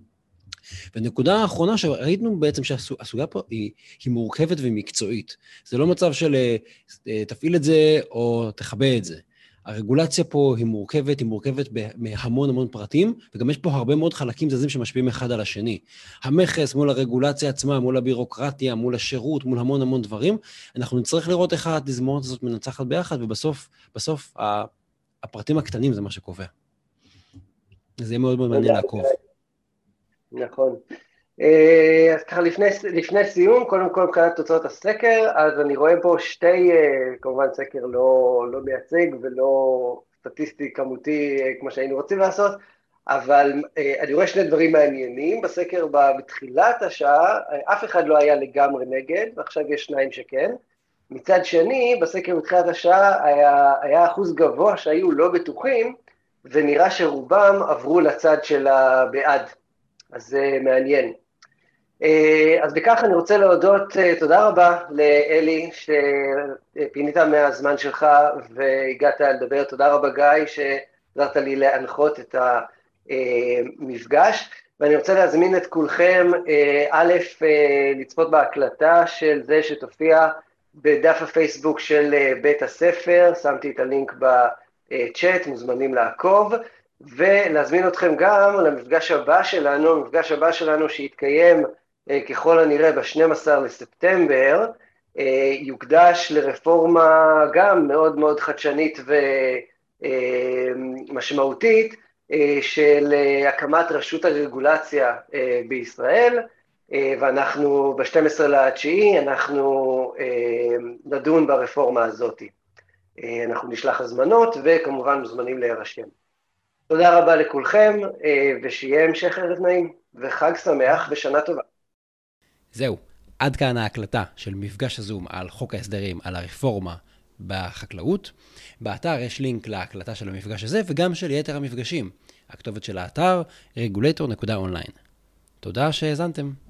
[SPEAKER 1] ונקודה האחרונה שראינו בעצם שהסוגיה פה היא מורכבת ומקצועית. זה לא מצב של תפעיל את זה או תחבא את זה. הרגולציה פה היא מורכבת מהמון המון פרטים, וגם יש פה הרבה מאוד חלקים זזים שמשפיעים אחד על השני. המכס מול הרגולציה עצמה, מול הבירוקרטיה, מול השירות, מול המון המון דברים. אנחנו נצטרך לראות איך התזמורת הזאת מנצחת ביחד, ובסוף הפרטים הקטנים זה מה שקובע. זה יהיה מאוד מאוד מעניין לעקוב.
[SPEAKER 2] נכון. אז ככה לפני סיום, קודם כל מבחינת תוצאות הסקר, אז אני רואה פה שתי, כמובן סקר לא מייצג ולא סטטיסטי כמותי כמו שהיינו רוצים לעשות, אבל אני רואה שני דברים מעניינים. בסקר בתחילת השעה, אף אחד לא היה לגמרי נגד, ועכשיו יש שניים שכן. מצד שני, בסקר בתחילת השעה היה אחוז גבוה שהיו לא בטוחים, ונראה שרובם עברו לצד של הבעד. אז זה מעניין. אז בכך אני רוצה להודות, תודה רבה לאלי שפינית מהזמן שלך והגעת לדבר, תודה רבה גיא שעזרת לי להנחות את המפגש, ואני רוצה להזמין את כולכם, א', לצפות בהקלטה של זה שתופיע בדף הפייסבוק של בית הספר, שמתי את הלינק בצ'אט, מוזמנים לעקוב, ולהזמין אתכם גם למפגש הבא שלנו, המפגש הבא שלנו שיתקיים ככל הנראה ב-12 לספטמבר, יוקדש לרפורמה גם מאוד מאוד חדשנית ומשמעותית של הקמת רשות הרגולציה בישראל, ואנחנו ב-12/9 אנחנו נדון ברפורמה הזאת. אנחנו נשלח הזמנות וכמובן מוזמנים להירשם. תודה רבה לכולכם, ושיהיה המשך ערב נעים, וחג שמח ושנה טובה.
[SPEAKER 1] זהו, עד כאן ההקלטה של מפגש הזום על חוק ההסדרים, על הרפורמה בחקלאות. באתר יש לינק להקלטה של המפגש הזה, וגם של יתר המפגשים. הכתובת של האתר, regulator.online. תודה שהאזנתם.